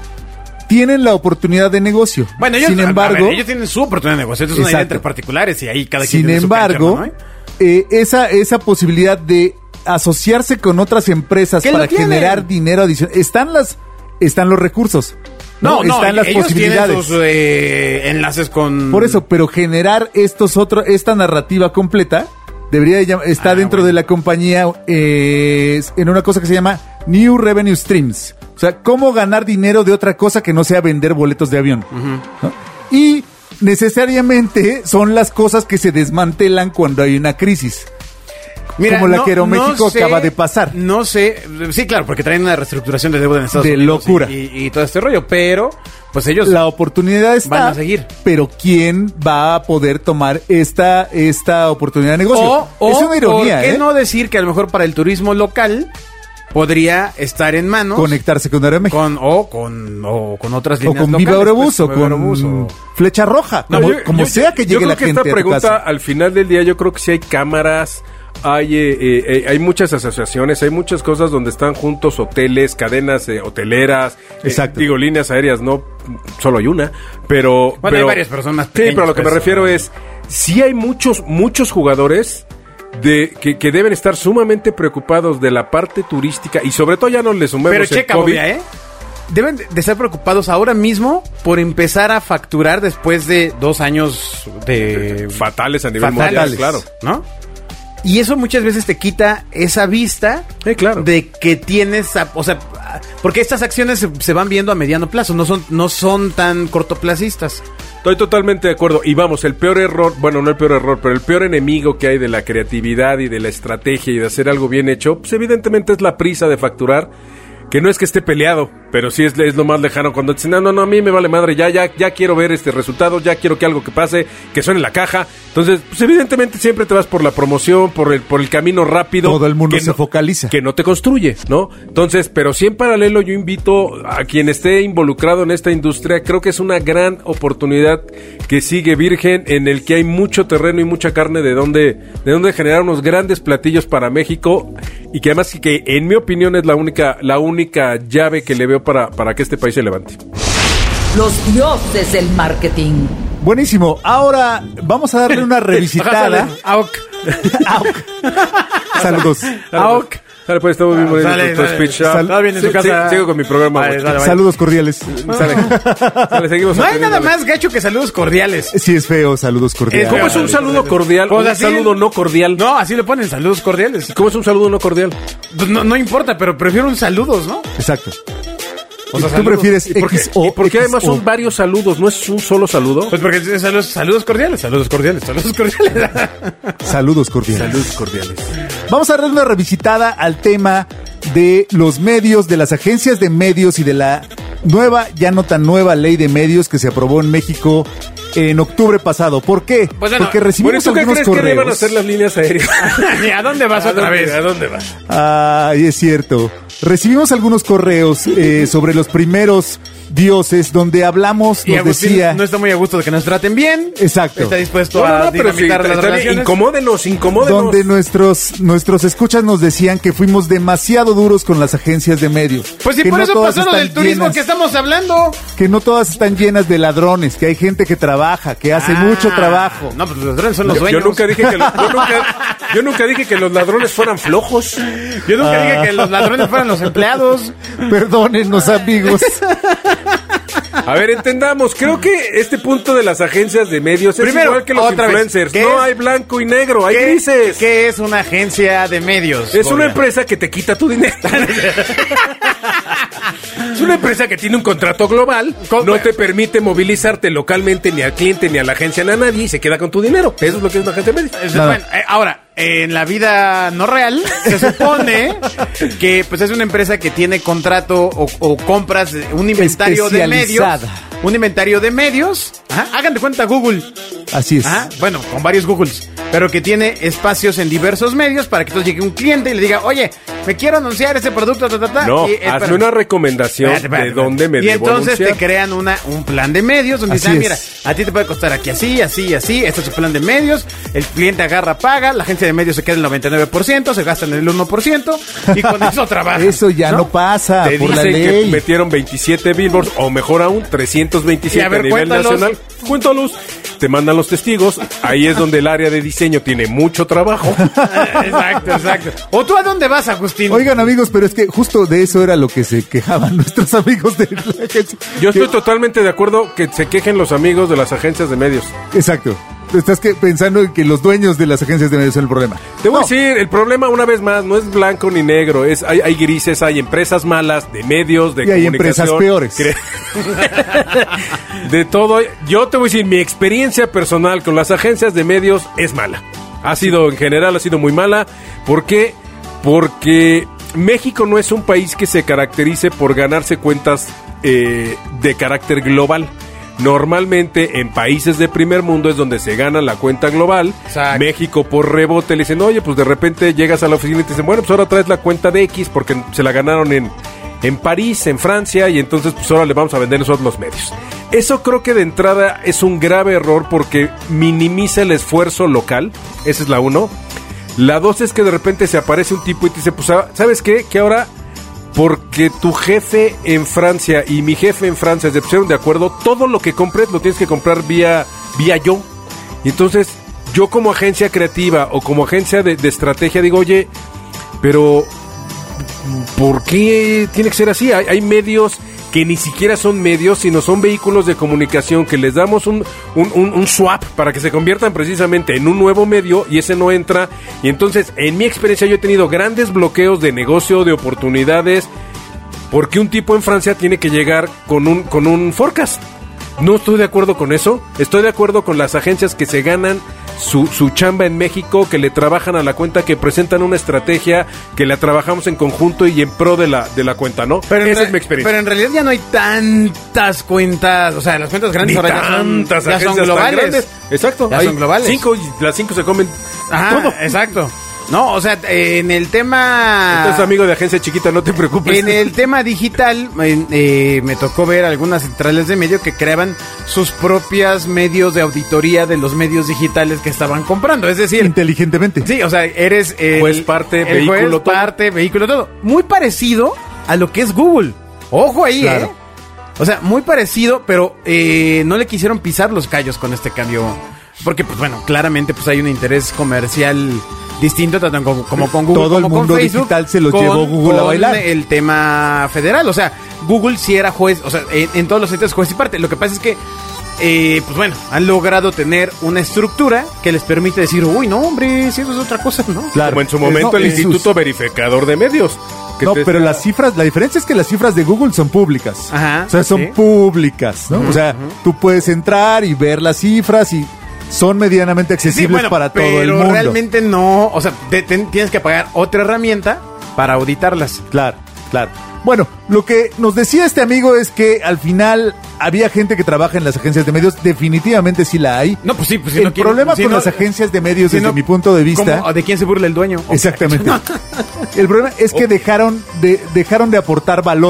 tienen la oportunidad de negocio. Bueno, ellos, sin a- a embargo, ver, ellos tienen su oportunidad de negocio. Esto es una idea Exacto. entre particulares y ahí cada quien sin tiene su embargo, cancha, ¿no? eh, esa, esa posibilidad de asociarse con otras empresas ¿Qué para lo tienen? generar dinero adicional, están las, están los recursos. No, no, están las ellos posibilidades. tienen sus eh, enlaces con... Por eso, pero generar estos otros, esta narrativa completa debería de llam- está Ah, dentro bueno. de la compañía eh, en una cosa que se llama New Revenue Streams. O sea, cómo ganar dinero de otra cosa que no sea vender boletos de avión. ¿no? Y necesariamente son las cosas que se desmantelan cuando hay una crisis. como la que Aeroméxico acaba de pasar. No sé, sí, claro, porque traen una reestructuración de deuda en Estados De Unidos. locura. Y, y- y todo este rollo, pero pues ellos... La oportunidad está, Van a seguir. pero ¿quién va a poder tomar esta, esta oportunidad de negocio? O, o, es una ironía, ¿por qué ¿eh? no decir que a lo mejor para el turismo local podría estar en manos Conectarse con Aeroméxico. con o con o con otras O líneas con locales, Viva Aerobús, pues, o Viva con Aerobús, o- Flecha Roja, No, como, yo- como yo- sea que yo llegue creo la que gente esta a tu pregunta, casa. al final del día, yo creo que sí hay cámaras, hay eh, eh, eh, hay muchas asociaciones, hay muchas cosas donde están juntos hoteles, cadenas eh, hoteleras, eh, Exacto. digo, líneas aéreas, no solo hay una, pero... Bueno, hay pero varias personas Sí, pequeñas, pero a lo que pues, me refiero ¿no? es, sí hay muchos, muchos jugadores de que, que deben estar sumamente preocupados de la parte turística y sobre todo ya no le sumemos Pero el checa, COVID. Bobia, ¿eh? Deben de estar preocupados ahora mismo por empezar a facturar después de dos años de... Fatales a nivel fatales, mundial, claro. ¿no? Y eso muchas veces te quita esa vista Sí, claro. de que tienes, a- o sea, porque estas acciones se, se van viendo a mediano plazo, no son, no son tan cortoplacistas. Estoy totalmente de acuerdo. Y vamos, el peor error, bueno, no el peor error, pero el peor enemigo que hay de la creatividad y de la estrategia y de hacer algo bien hecho, pues evidentemente es la prisa de facturar, que no es que esté peleado, pero sí es, es lo más lejano cuando dicen, no, no, no, a mí me vale madre, ya, ya, ya quiero ver este resultado, ya quiero que algo que pase, que suene la caja. Entonces, pues evidentemente siempre te vas por la promoción, por el, por el camino rápido. Todo el mundo que se no- focaliza. Que no te construye, ¿no? Entonces, pero sí en paralelo yo invito a quien esté involucrado en esta industria, creo que es una gran oportunidad que sigue virgen, en el que hay mucho terreno y mucha carne de donde, de donde generar unos grandes platillos para México, y que además que en mi opinión es la única, la única llave que le veo para, para que este país se levante. Los dioses del marketing. Buenísimo. Ahora vamos a darle una revisitada. Ajá, sale. Auk. Auk. Saludos. Auk. Sale, pues, estamos muy bonito Sale, tu sale. speech. Sal- Está bien en su Sí, casa. sí, sigo con mi programa. Vale, güey. sale, vale. Saludos cordiales. Sale, sale, seguimos No hay aprendiendo. nada más gacho que saludos cordiales. Sí, es feo. Saludos cordiales. ¿Cómo es un saludo cordial? Pues Un así- saludo no cordial. No, así le ponen saludos cordiales. ¿Cómo es un saludo no cordial? Pues no, no importa, pero prefiero un saludos, ¿no? Exacto. O sea, Tú saludos. prefieres ¿Y por qué, X O. y por qué además X O? son varios saludos? ¿No es un solo saludo? Pues porque es saludos, saludos cordiales, saludos cordiales, saludos cordiales. Saludos cordiales. Saludos cordiales. Vamos a darle una revisitada al tema de los medios, de las agencias de medios y de la nueva, ya no tan nueva ley de medios que se aprobó en México en octubre pasado. ¿Por qué? Pues bueno, Porque Bueno, recibimos ¿tú qué algunos crees que le van a correos. hacer las líneas aéreas? ¿Y a dónde vas ¿A otra dónde- vez? ¿A dónde vas? Ay, es cierto. Recibimos algunos correos eh, sobre los primeros dioses, donde hablamos, Y nos Agustín decía... no está muy a gusto de que nos traten bien. Exacto. Está dispuesto No, no, a no, pero sí, dinamitar está- las está bien. relaciones. Incomódenos, incomódenos. Donde nuestros nuestros escuchas nos decían que fuimos demasiado duros con las agencias de medios. Pues sí, que por no eso todas pasó lo están del turismo llenas- que estamos hablando. Que no todas están llenas de ladrones, que hay gente que trabaja, que hace Ah, mucho trabajo. No, pues los ladrones son los Yo, yo dueños. nunca dije que los, yo, nunca, yo nunca dije que los ladrones fueran flojos. Yo nunca Ah. dije que los ladrones fueran los empleados. Perdónennos, amigos. A ver, entendamos, creo que este punto de las agencias de medios es Primero, igual que los otra vez, influencers. ¿qué No es? hay blanco y negro, hay ¿Qué, grises. ¿Qué es una agencia de medios? Es una Bobia? empresa que te quita tu dinero. Es una empresa que tiene un contrato global, Con- no te permite movilizarte localmente ni al cliente ni a la agencia ni a nadie y se queda con tu dinero. Eso es lo que es una agencia de medios. Es- Nada. bueno, eh, ahora, en la vida no real, se supone que pues es una empresa que tiene contrato o, o compras de un inventario de medios. Especializada. Un inventario de medios. Ajá, hagan de cuenta Google. Así es. Ajá, bueno, con varios Googles. Pero que tiene espacios en diversos medios para que entonces llegue un cliente y le diga, oye, me quiero anunciar ese producto, ta, ta, ta. No, Y, eh, hazme pero- una recomendación Espérate, espérate, de dónde me Y debo entonces anunciar. te crean una, un plan de medios donde Así dicen, ah, mira, es. a ti te puede costar aquí así, así, así, este es su plan de medios, el cliente agarra, paga, la agencia de medios se queda en el noventa y nueve por ciento, se gasta en el uno por ciento y con eso trabaja. Eso ya no, pasa Te por la dicen que ley. metieron veintisiete billboards, o mejor aún, trescientos veintisiete Y a ver, a nivel cuéntalos. nacional. Cuéntalos. Te mandan los testigos. Ahí es donde el área de diseño tiene mucho trabajo. Exacto, exacto. ¿O tú a dónde vas, Agustín? Oigan, amigos, pero es que justo de eso era lo que se quejaban nuestros amigos de la agencia. Yo estoy Que- totalmente de acuerdo que se quejen los amigos de las agencias de medios. Exacto. Estás que pensando en que los dueños de las agencias de medios son el problema. Te voy No. a decir, el problema una vez más no es blanco ni negro, es hay, hay grises, hay empresas malas de medios, de Y hay comunicación, empresas peores. cre- de todo. Yo te voy a decir, mi experiencia personal con las agencias de medios es mala. Ha sido, en general, ha sido muy mala. ¿Por qué? Porque México no es un país que se caracterice por ganarse cuentas eh, de carácter global. Normalmente en países de primer mundo es donde se gana la cuenta global. Exacto. México por rebote le dicen, oye, pues de repente llegas a la oficina y te dicen, bueno, pues ahora traes la cuenta de X porque se la ganaron en, en París, en Francia, y entonces pues ahora le vamos a vender nosotros los medios. Eso creo que de entrada es un grave error porque minimiza el esfuerzo local. Esa es la uno. La dos es que de repente se aparece un tipo y te dice, pues ¿sabes qué? Que ahora... Porque tu jefe en Francia y mi jefe en Francia se pusieron de acuerdo, todo lo que compres lo tienes que comprar vía, vía yo. Y entonces yo como agencia creativa o como agencia de, de estrategia digo, oye, pero ¿por qué tiene que ser así? Hay, hay medios que ni siquiera son medios, sino son vehículos de comunicación que les damos un, un, un, un swap para que se conviertan precisamente en un nuevo medio y ese no entra. Y entonces, en mi experiencia, yo he tenido grandes bloqueos de negocio, de oportunidades, porque un tipo en Francia tiene que llegar con un, con un forecast. No estoy de acuerdo con eso. Estoy de acuerdo con las agencias que se ganan su, su chamba en México, que le trabajan a la cuenta, que presentan una estrategia, que la trabajamos en conjunto y en pro de la, de la cuenta, ¿no? Pero en Esa re- es mi experiencia. Pero en realidad ya no hay tantas cuentas, o sea, las cuentas grandes Ni ahora ya son, tantas ya son agencias tan globales. grandes. Exacto. Ya hay son globales. Cinco y las cinco se comen Ajá, todo. exacto. No, o sea, eh, en el tema... Entonces, amigo de agencia chiquita, no te preocupes. En el tema digital, eh, eh, me tocó ver algunas centrales de medio que creaban sus propias medios de auditoría de los medios digitales que estaban comprando. Es decir, Inteligentemente. sí, o sea, eres el Juez, parte, el vehículo, juez, todo. parte, vehículo, todo. Muy parecido a lo que es Google. Ojo ahí, Claro. ¿eh? O sea, muy parecido, pero eh, no le quisieron pisar los callos con este cambio. Porque, pues bueno, claramente pues hay un interés comercial distinto tanto como, como con Google Todo el como con mundo Facebook, digital se lo con- llevó Google a con bailar. el tema federal. O sea, Google sí era juez, o sea, en, en todos los sentidos juez y parte. Lo que pasa es que, eh, pues bueno, han logrado tener una estructura que les permite decir, uy, no, hombre, si eso es otra cosa, ¿no? Claro. Como en su momento No, el en sus- Instituto Verificador de Medios. que No, te- pero las cifras, la diferencia es que las cifras de Google son públicas. Ajá, O sea, son sí. públicas, ¿no? O sea, tú puedes entrar y ver las cifras y son medianamente accesibles bueno, para todo el pero mundo. realmente no, o sea, te- te- tienes que pagar otra herramienta para auditarlas. Claro, claro. Bueno, lo que nos decía este amigo es que al final había gente que trabaja en las agencias de medios, definitivamente sí la hay. No, pues sí, pues si el no quieren- problema si con no- las agencias de medios, si desde no, mi punto de vista, ¿cómo? ¿De quién se burla el dueño? exactamente. El problema es que dejaron de dejaron de aportar valor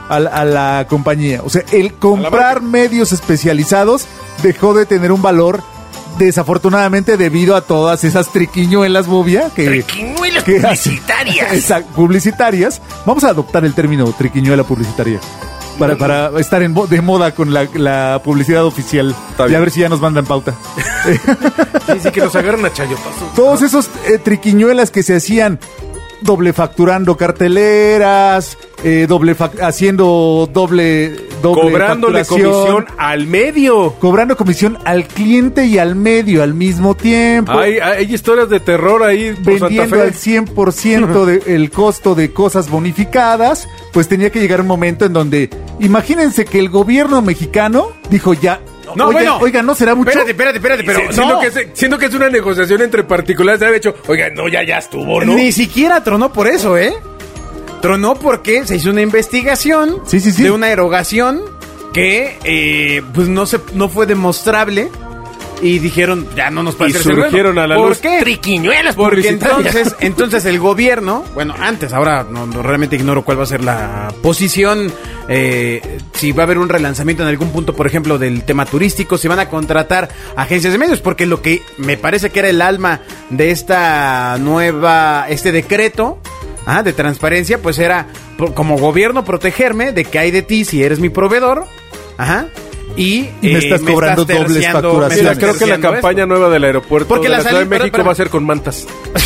a, la- a la compañía. O sea, el comprar medios especializados dejó de tener un valor, desafortunadamente, debido a todas esas triquiñuelas, Bobia, que... Triquiñuelas que publicitarias. Exacto, publicitarias. Vamos a adoptar el término triquiñuela publicitaria. Para, para estar en mo- de moda con la, la publicidad oficial. Está Y bien. a ver si ya nos mandan pauta. Sí, sí, que nos agarran a chayotazos. Todos esos eh, triquiñuelas que se hacían doble facturando carteleras, eh, doble fac- haciendo doble, doble Cobrándole facturación, comisión al medio. cobrando comisión al cliente y al medio al mismo tiempo. Hay, hay historias de terror ahí por Santa Vendiendo Fe. al cien por ciento del costo de cosas bonificadas, pues tenía que llegar un momento en donde, imagínense que el gobierno mexicano dijo ya, No, oiga, bueno. oiga, ¿no será mucho? Espérate, espérate, espérate, pero Sí, siento, no. que es, siento que es una negociación entre particulares de haber hecho, oiga, no, ya, ya estuvo, ¿no? Ni siquiera tronó por eso, ¿eh? Tronó porque se hizo una investigación Sí, sí, sí. de una erogación que eh, pues no se no fue demostrable y dijeron ya no nos puede Y hacer ese surgieron ruido. a la ¿Por luz qué? Triquiñuelas Porque publicitarias. entonces, entonces el gobierno, bueno, antes, ahora no, no, realmente ignoro cuál va a ser la posición, eh, si va a haber un relanzamiento en algún punto, por ejemplo, del tema turístico, si van a contratar agencias de medios, porque lo que me parece que era el alma de esta nueva, este decreto, ah, de transparencia, pues era por- como gobierno protegerme de que hay de ti si eres mi proveedor, ajá. Y, Y me estás cobrando dobles terciando- facturaciones. me Mira, estás creo que la terciando campaña esto. nueva del aeropuerto Porque de la la Ciudad de salida- México espera, espera. va a ser con mantas.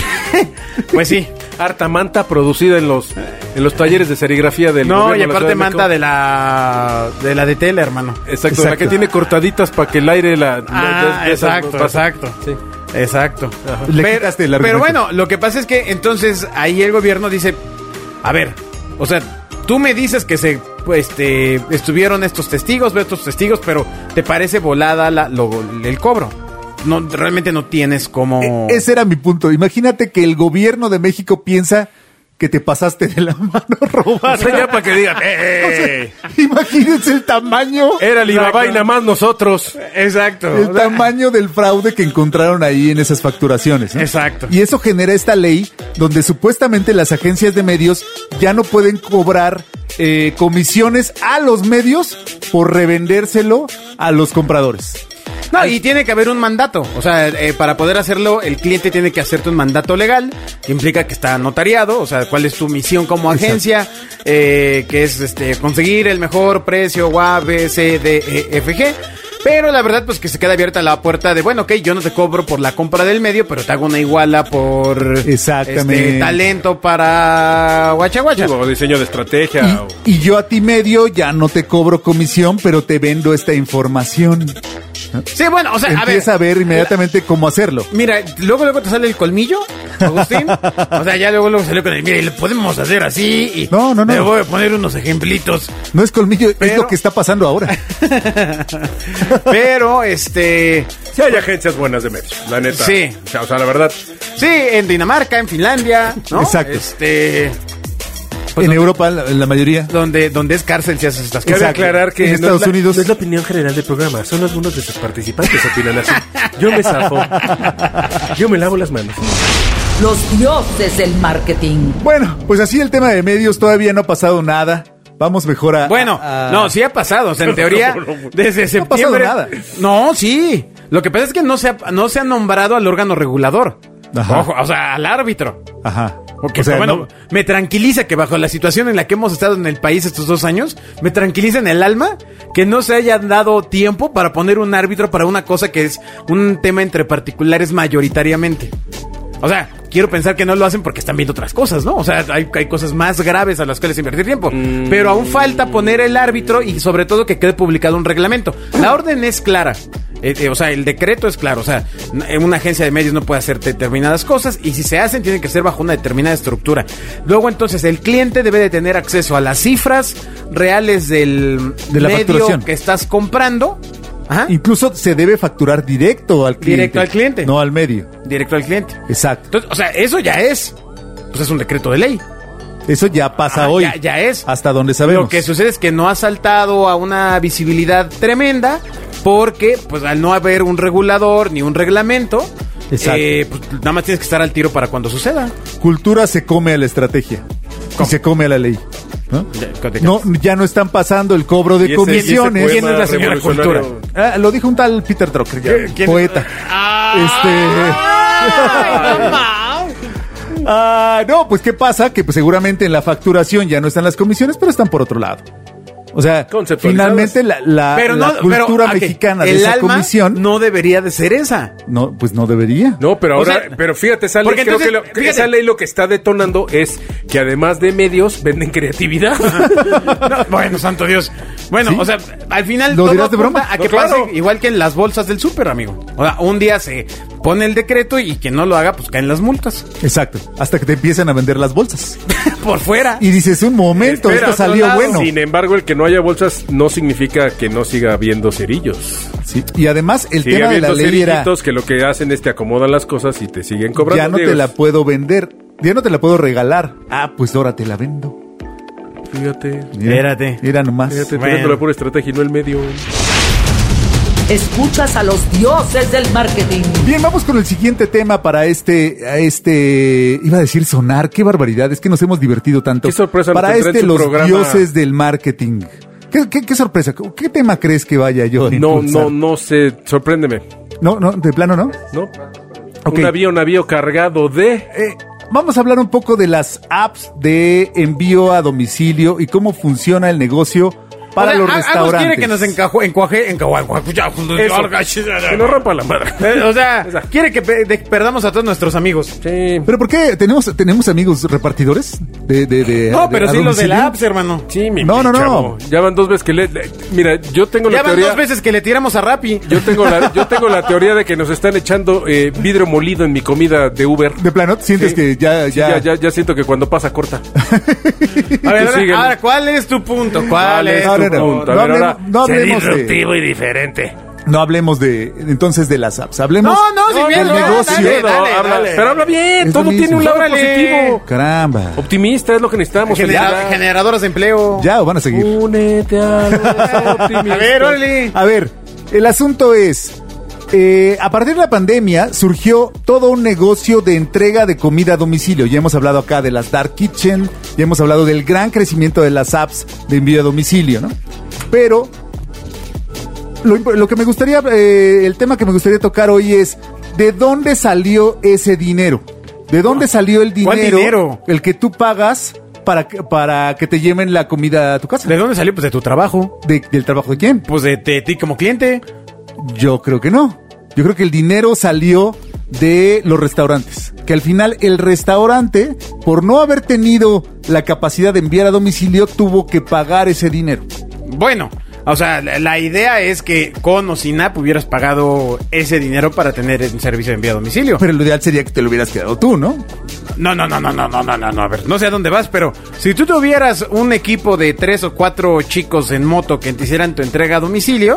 Pues sí. Harta manta producida en los en los talleres de serigrafía del No, gobierno y de la aparte Ciudad de manta México. de la de la de tela, hermano. Exacto, la Exacto. que tiene cortaditas para que el aire la... la- Ah, de- de esas exacto, no pase. exacto. Sí. Exacto. Le Pero, quitaste el pero argumento. bueno, lo que pasa es que entonces ahí el gobierno dice, a ver, o sea, tú me dices que se pues, este, estuvieron estos testigos, ve estos testigos, pero te parece volada la, lo- el cobro. No, realmente no tienes como... E- Ese era mi punto. Imagínate que el gobierno de México piensa que te pasaste de la mano O robando. sea, ya para que digan, ¡eh! Imagínense el tamaño, Era Alibaba y nada más nosotros. Exacto. el tamaño del fraude que encontraron ahí en esas facturaciones, ¿no? Exacto. Y eso genera esta ley donde supuestamente las agencias de medios ya no pueden cobrar eh, comisiones a los medios por revendérselo a los compradores. No, y tiene que haber un mandato. O sea, eh, para poder hacerlo, el cliente tiene que hacerte un mandato legal, que implica que está notariado, o sea, cuál es tu misión como agencia, eh, que es este conseguir el mejor precio, A, B, C, D, E, F, G. Pero la verdad, pues que se queda abierta la puerta de, bueno, ok, yo no te cobro por la compra del medio, pero te hago una iguala por Exactamente. este, talento para guacha guacha. O diseño de estrategia. o- Y, y yo a ti medio ya no te cobro comisión, pero te vendo esta información. Sí, bueno, o sea, a ver. Empieza a ver inmediatamente cómo hacerlo. Mira, luego luego te sale el colmillo, Agustín. O sea, ya luego luego salió con el, mira, y lo podemos hacer así y No, no, no. le voy a poner unos ejemplitos. No es colmillo, es Pero- lo que está pasando ahora. Pero este, Sí hay agencias buenas de medios, la neta. Sí. O sea, o sea, la verdad. sí, en Dinamarca, en Finlandia, ¿no? Exacto. Este, pues en donde- Europa, la, la mayoría. donde donde es cárcel si haces estas Cabe cosas. Exacto. aclarar que En no Estados es la- Unidos. no es la opinión general del programa, son algunos de sus participantes opinan así. Yo me zafo. Yo me lavo las manos. Los dioses del marketing. Bueno, pues así el tema de medios todavía no ha pasado nada. Vamos mejor a... Bueno, a- no, sí ha pasado. O sea, en teoría, desde No ha pasado septiembre. nada. No, sí. Lo que pasa es que no se ha, no se ha nombrado al órgano regulador. Ajá. Ojo, o sea, al árbitro. Ajá. Porque, O sea, bueno, no- me tranquiliza que bajo la situación en la que hemos estado en el país estos dos años, me tranquiliza en el alma que no se haya dado tiempo para poner un árbitro para una cosa que es un tema entre particulares mayoritariamente. O sea, quiero pensar que no lo hacen porque están viendo otras cosas, ¿no? O sea, hay, hay cosas más graves a las cuales invertir tiempo. Pero aún falta poner el árbitro y sobre todo que quede publicado un reglamento. La orden es clara. Eh, eh, o sea, el decreto es claro. O sea, n- una agencia de medios no puede hacer determinadas cosas y si se hacen tienen que ser bajo una determinada estructura. Luego entonces el cliente debe de tener acceso a las cifras reales del De la medio facturación. que estás comprando. Ajá. Incluso se debe facturar directo al cliente. Directo al cliente. No al medio. Directo al cliente. Exacto. Entonces, o sea, eso ya es. Pues es un decreto de ley. Eso ya pasa Ah, hoy. ya- ya es. Hasta donde sabemos. Lo que sucede es que no ha saltado a una visibilidad tremenda porque, pues, al no haber un regulador ni un reglamento, Exacto. eh, pues, nada más tienes que estar al tiro para cuando suceda. Cultura se come a la estrategia. Y ¿Cómo? se come a la ley. ¿no? Ya, de- No, ya no están pasando el cobro de Y ese- comisiones. y ese ¿Quién es la señora revolucionario. Cultura? Ah, lo dijo un tal Peter Drucker, ya, ¿Quién? poeta. Este, ah, no, pues ¿qué pasa? Que pues, seguramente en la facturación ya no están las comisiones, pero están por otro lado. O sea, Conceptualizadas. finalmente la, la, Pero la no, pero, cultura ok, mexicana de el esa alma comisión, no, no debería de ser esa. pues no debería. No, pero O ahora, sea, pero fíjate, esa ley, porque creo entonces, que, lo- que fíjate. esa ley lo que está detonando es que además de medios, venden creatividad. No, bueno, santo Dios. Bueno, ¿Sí? o sea, al final ¿Lo todo dirás de apunta broma? a No, que claro. pase igual que en las bolsas del súper, amigo. O sea, un día se pone el decreto y quien no lo haga, pues caen las multas. Exacto, hasta que te empiezan a vender las bolsas. Por fuera. Y dices, un momento, Espera, esto salió otro lado. bueno. Sin embargo, el que no haya bolsas no significa que no siga habiendo cerillos. Sí, y además el Sigue tema de la habiendo ley era, cerillitos que lo que hacen es te acomodan las cosas y te siguen cobrando. ya no Digo, te la puedo vender, ya no te la puedo regalar. Ah, pues ahora te la vendo. Fíjate, Mira, Espérate. Mira nomás. fíjate, Bueno. teniendo la pura estrategia y no el medio. Escuchas a los dioses del marketing. Bien, vamos con el siguiente tema para este, a este, iba a decir sonar, qué barbaridad, es que nos hemos divertido tanto. Qué sorpresa nos para tendrá en este su los programa. dioses del marketing. ¿Qué, qué, qué sorpresa? ¿Qué tema crees que vaya yo a No, impulsar? no, no sé, sorpréndeme. No, no, de plano no. ¿No? Ok. Un navío, navío cargado de... Eh, vamos a hablar un poco de las apps de envío a domicilio y cómo funciona el negocio para O sea, los a- Agus restaurantes. quiere que nos encajo, encuaje, encajuaje, ya, Que no rompa la madre. Eh, O sea, quiere que pe- de- perdamos a todos nuestros amigos. Sí. ¿Pero por qué? ¿Tenemos, tenemos amigos repartidores? De, de, de, No, de- pero a sí los de la domicilio? apps, hermano. Sí, mi No, no, no. chavo. Ya van dos veces que le... le- mira, yo tengo la Ya van teoría... dos veces que le tiramos a Rappi. Yo tengo, la, yo tengo la teoría de que nos están echando eh, vidrio molido en mi comida de Uber. ¿De plano? ¿Sientes Sí. que ya, Sí, ya, ya, ya, ya siento que cuando pasa corta. A ver, que ahora, siguen. ahora, ¿cuál es tu punto? ¿Cuál Vale, es no, tu no, no. punto? A ver, hablemos- ahora, no ser hablemos de- disruptivo y diferente. No hablemos de entonces de las apps, hablemos No, no, sin del miedo, no, negocio. dale, dale, habla- dale. pero habla bien, Es todo lo tiene mismo. un lado Órale. positivo. Caramba. Optimista es lo que necesitamos. Genera- felicidad. generadoras de empleo. Ya o van a seguir. Únete a los optimistas. A ver, órale. A ver, el asunto es, eh, a partir de la pandemia surgió todo un negocio de entrega de comida a domicilio. Ya hemos hablado acá de las Dark Kitchen, ya hemos hablado del gran crecimiento de las apps de envío a domicilio, ¿no? Pero lo, imp- lo que me gustaría, eh, el tema que me gustaría tocar hoy es, ¿de dónde salió ese dinero? ¿De dónde salió el ¿Cuál dinero, dinero? el que tú pagas para, que- para que te lleven la comida a tu casa? ¿De dónde salió? Pues de tu trabajo. ¿De- ¿Del trabajo de quién? Pues de, de ti como cliente. Yo creo que no. Yo creo que el dinero salió de los restaurantes. Que al final el restaurante, por no haber tenido la capacidad de enviar a domicilio, tuvo que pagar ese dinero. Bueno, o sea, la, la idea es que con o sin app hubieras pagado ese dinero para tener un servicio de envío a domicilio. Pero lo ideal sería que te lo hubieras quedado tú, ¿no? No, no, no, no, no, no, no, no, no, a ver, no sé a dónde vas, pero si tú tuvieras un equipo de tres o cuatro chicos en moto que te hicieran tu entrega a domicilio,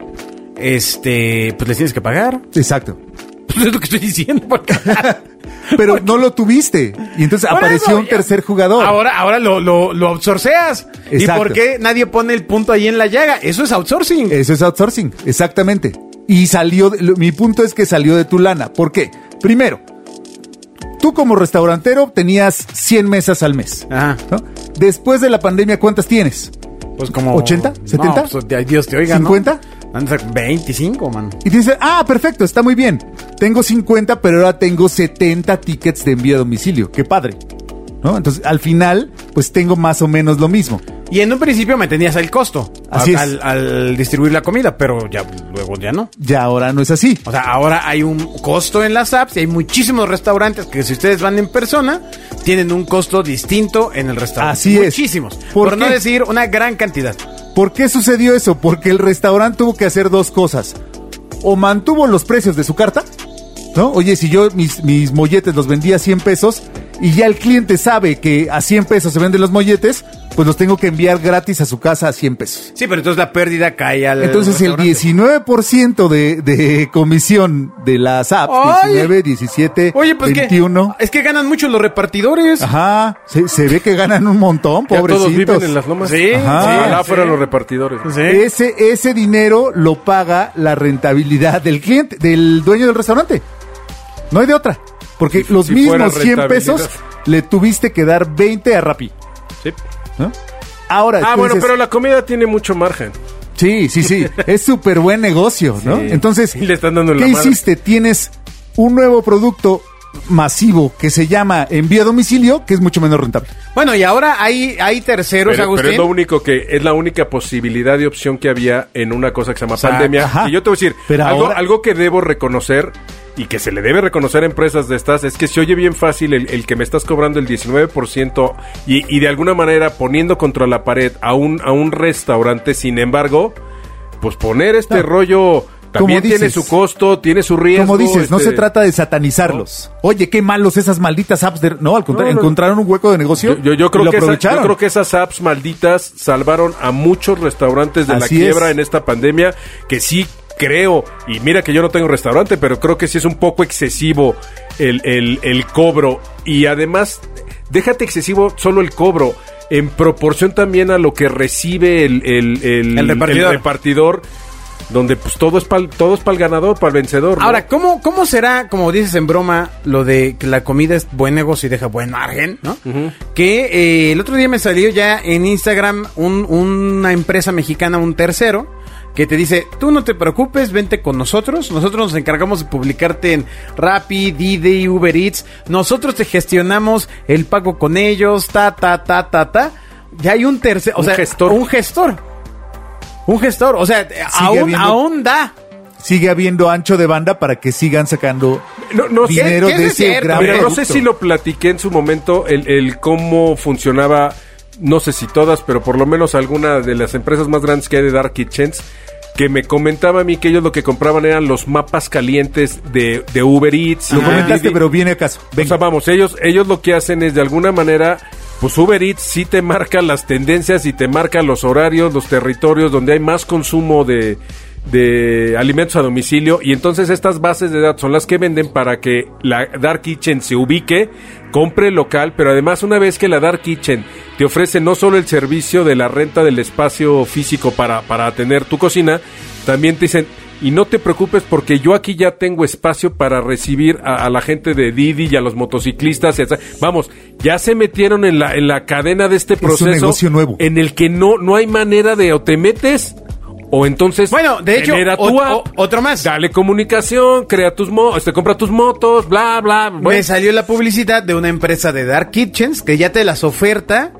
este, pues les tienes que pagar. Exacto. Pues es lo que estoy diciendo. Porque... Pero no lo tuviste. Y entonces Por apareció eso, un ya- tercer jugador. Ahora, ahora lo, lo, lo outsourceas. ¿Y Exacto. por qué nadie pone el punto ahí en la llaga? Eso es outsourcing. Eso es outsourcing, exactamente. Y salió, de- lo- mi punto es que salió de tu lana. ¿Por qué? Primero, tú como restaurantero tenías cien mesas al mes. Ajá. ¿No? Después de la pandemia, ¿cuántas tienes? Pues como... ¿ochenta? ¿setenta? No, pues, ay, Dios te oiga, ¿no? ¿cincuenta? Anda, veinticinco, mano. Y te dice, ah, perfecto, está muy bien. Tengo cincuenta, pero ahora tengo setenta tickets de envío a domicilio. Qué padre. ¿No? Entonces, al final, pues tengo más o menos lo mismo. Y en un principio me tenías el costo Así a- es. al, al distribuir la comida, pero ya luego ya no. Ya ahora no es así. O sea, ahora hay un costo en las apps y hay muchísimos restaurantes que si ustedes van en persona, tienen un costo distinto en el restaurante. Así es. Muchísimos. ¿Por Por, no qué? decir una gran cantidad. ¿Por qué sucedió eso? Porque el restaurante tuvo que hacer dos cosas. O mantuvo los precios de su carta, ¿no? Oye, si yo mis, mis molletes los vendía a cien pesos y ya el cliente sabe que a cien pesos se venden los molletes, pues los tengo que enviar gratis a su casa a cien pesos. Sí, pero entonces la pérdida cae al Entonces el restaurante. diecinueve por ciento de, de comisión de las apps, Ay. diecinueve, diecisiete, Oye, pues veintiuno. que es que ganan mucho los repartidores. Ajá, se, se ve que ganan un montón, Ya todos viven pobrecitos. en las lomas. Sí, Ajá. Sí, sí, ojalá sí. fueran los repartidores. Sí. Ese, ese dinero lo paga la rentabilidad del cliente, del dueño del restaurante. No hay de otra. Porque Si- los si fuera mismos cien rentabilidad. pesos le tuviste que dar veinte a Rappi. Sí. ¿No? Ahora, Ah, tú bueno, dices, pero la comida tiene mucho margen. Sí, sí, sí. Es súper buen negocio, ¿no? Sí. Entonces, Y le están dando en ¿qué la madre. hiciste? Tienes un nuevo producto masivo que se llama envío a domicilio, que es mucho menos rentable. Bueno, y ahora hay, hay terceros, Pero, Agustín. pero es lo único que es la única posibilidad de opción que había en una cosa que se llama Exacto. pandemia. Ajá. Y yo te voy a decir, Pero algo, ahora- algo que debo reconocer y que se le debe reconocer a empresas de estas es que se oye bien fácil el, el que me estás cobrando el diecinueve por ciento y, y de alguna manera poniendo contra la pared a un, a un restaurante. Sin embargo, pues poner este No. rollo también Como tiene dices. su costo, tiene su riesgo. Como dices, no este- se trata de satanizarlos. Oye, qué malos esas malditas apps. De... No, al contrario, No, no. encontraron un hueco de negocio. Yo, yo, yo y creo lo que esa- aprovecharon. yo creo que esas apps malditas salvaron a muchos restaurantes de Así la quiebra es. en esta pandemia, que sí creo, y mira que yo no tengo restaurante, pero creo que sí es un poco excesivo el, el, el cobro. Y además, déjate excesivo solo el cobro, en proporción también a lo que recibe el, el, el, El repartidor. el repartidor, donde pues todo es para todo es para el ganador, para el vencedor, ¿no? Ahora, ¿cómo, ¿cómo será, como dices en broma, lo de que la comida es buen negocio y deja buen margen, ¿no? Que eh, el otro día me salió ya en Instagram un- una empresa mexicana, un tercero, que te dice, tú no te preocupes, vente con nosotros, nosotros nos encargamos de publicarte en Rappi, Didi, Uber Eats, nosotros te gestionamos el pago con ellos, ta, ta, ta, ta, ta. Ya hay un tercero, o Un sea, gestor. un gestor. Un gestor, o sea, aún, habiendo- aún da. Sigue habiendo ancho de banda para que sigan sacando No, no sé, dinero ¿qué es de de ese cierto? gran Mira, no producto. sé si lo platiqué en su momento, el, el cómo funcionaba, no sé si todas, pero por lo menos alguna de las empresas más grandes que hay de Dark Kitchens, que me comentaba a mí que ellos lo que compraban eran los mapas calientes de, de Uber Eats. Lo y de comentaste, Didi. pero viene acaso. O sea, Venga. vamos, ellos, ellos lo que hacen es de alguna manera, pues Uber Eats sí te marca las tendencias y te marca los horarios, los territorios donde hay más consumo de, de alimentos a domicilio, y entonces estas bases de datos son las que venden para que la Dark Kitchen se ubique, compre local, pero además una vez que la Dark Kitchen te ofrece no solo el servicio de la renta del espacio físico para, para tener tu cocina, también te dicen, y no te preocupes porque yo aquí ya tengo espacio para recibir a, a la gente de Didi y a los motociclistas. Y a- vamos, ya se metieron en la, en la cadena de este un proceso negocio nuevo. en el que no, no hay manera de o te metes o entonces Bueno, de hecho, genera tu ot- app, o- otro más. dale comunicación, crea tus motos, te compra tus motos, bla, bla. Me Bueno, salió la publicidad de una empresa de Dark Kitchens que ya te las oferta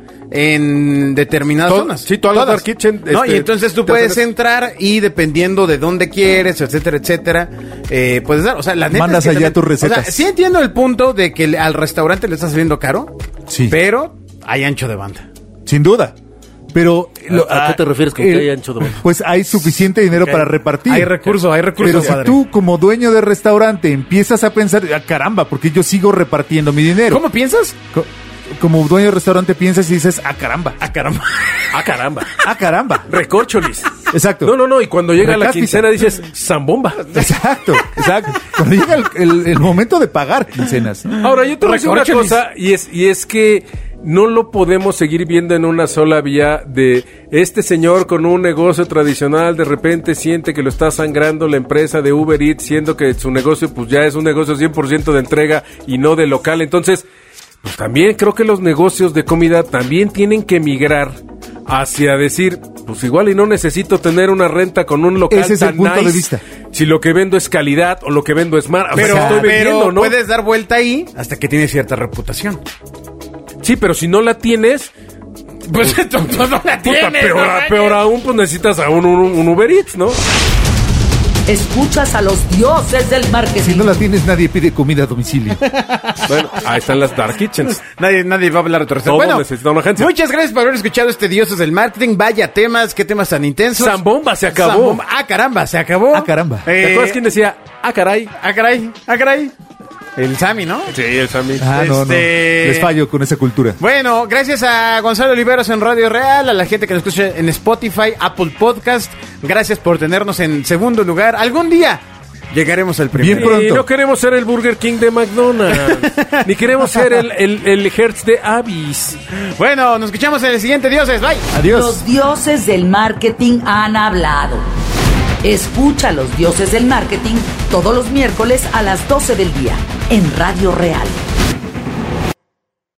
en determinadas Tod- zonas. sí, todas las Dark Kitchen, ¿no? este, Y entonces tú te puedes hacen eso. entrar y dependiendo de dónde quieres, etcétera, etcétera, eh, puedes dar. O sea, la neta Mandas es que allá también- tus recetas. O sea, sí entiendo el punto de que le- al restaurante le estás saliendo caro, Sí. pero hay ancho de banda. Sin duda. Pero lo- ¿A qué te refieres con que hay ancho de banda? Pues hay suficiente dinero para repartir. Hay recursos, hay recursos, Pero si padre. tú como dueño de restaurante empiezas a pensar, ah, caramba, porque yo sigo repartiendo mi dinero. ¿Cómo piensas? Co- Como dueño de restaurante piensas y dices, ah, caramba, Ah, caramba. ah, caramba. ah, caramba. Recorcholis. Exacto. No, no, no, y cuando llega la Recáspita. quincena dices, zambomba. Exacto, exacto. Cuando llega el, el- el momento de pagar quincenas. ¿no? Ahora, yo te voy a decir una Recorcholis. cosa, y es, y es que no lo podemos seguir viendo en una sola vía de este señor con un negocio tradicional, de repente siente que lo está sangrando la empresa de Uber Eats, siendo que su negocio pues ya es un negocio cien por ciento de entrega y no de local. Entonces, pues también creo que los negocios de comida también tienen que migrar hacia decir, pues igual y no necesito tener una renta con un local Ese es el tan punto de nice, vista. si lo que vendo es calidad o lo que vendo es mar. O sea, Pero, que estoy pero vendiendo, ¿no? puedes dar vuelta ahí hasta que tiene cierta reputación. Sí, pero si no la tienes, Pues entonces no la puta, tienes. peor, ¿no? peor aún, pues necesitas a un, un, un Uber Eats, ¿no? Escuchas a los dioses del Si marketing. no la tienes, nadie pide comida a domicilio. Bueno, ahí están las Dark Kitchens. Nadie, nadie va a hablar de tu Todo restaurante. necesita una agencia. Muchas gracias por haber escuchado este Dioses del Marketing. Vaya temas, qué temas tan intensos. Zambomba se acabó. Zambomba. Ah, caramba, se acabó. Ah, caramba. ¿Te Eh, acuerdas quién decía, ah, caray? Ah, caray, ah, caray. El Sammy, ¿no? Sí, el Sammy. Ah, no, no. Este- Les fallo con esa cultura. Bueno, gracias a Gonzalo Oliveros en Radio Real, a la gente que nos escucha en Spotify, Apple Podcast. Gracias por tenernos en segundo lugar. Algún día llegaremos al primero. Bien pronto. Y no queremos ser el Burger King de McDonald's, ni queremos ser el, el, el Hertz de Avis. Bueno, nos escuchamos en el siguiente Dioses. Bye. Adiós. Los dioses del marketing han hablado. Escucha a los dioses del marketing todos los miércoles a las doce del día en Radio Real.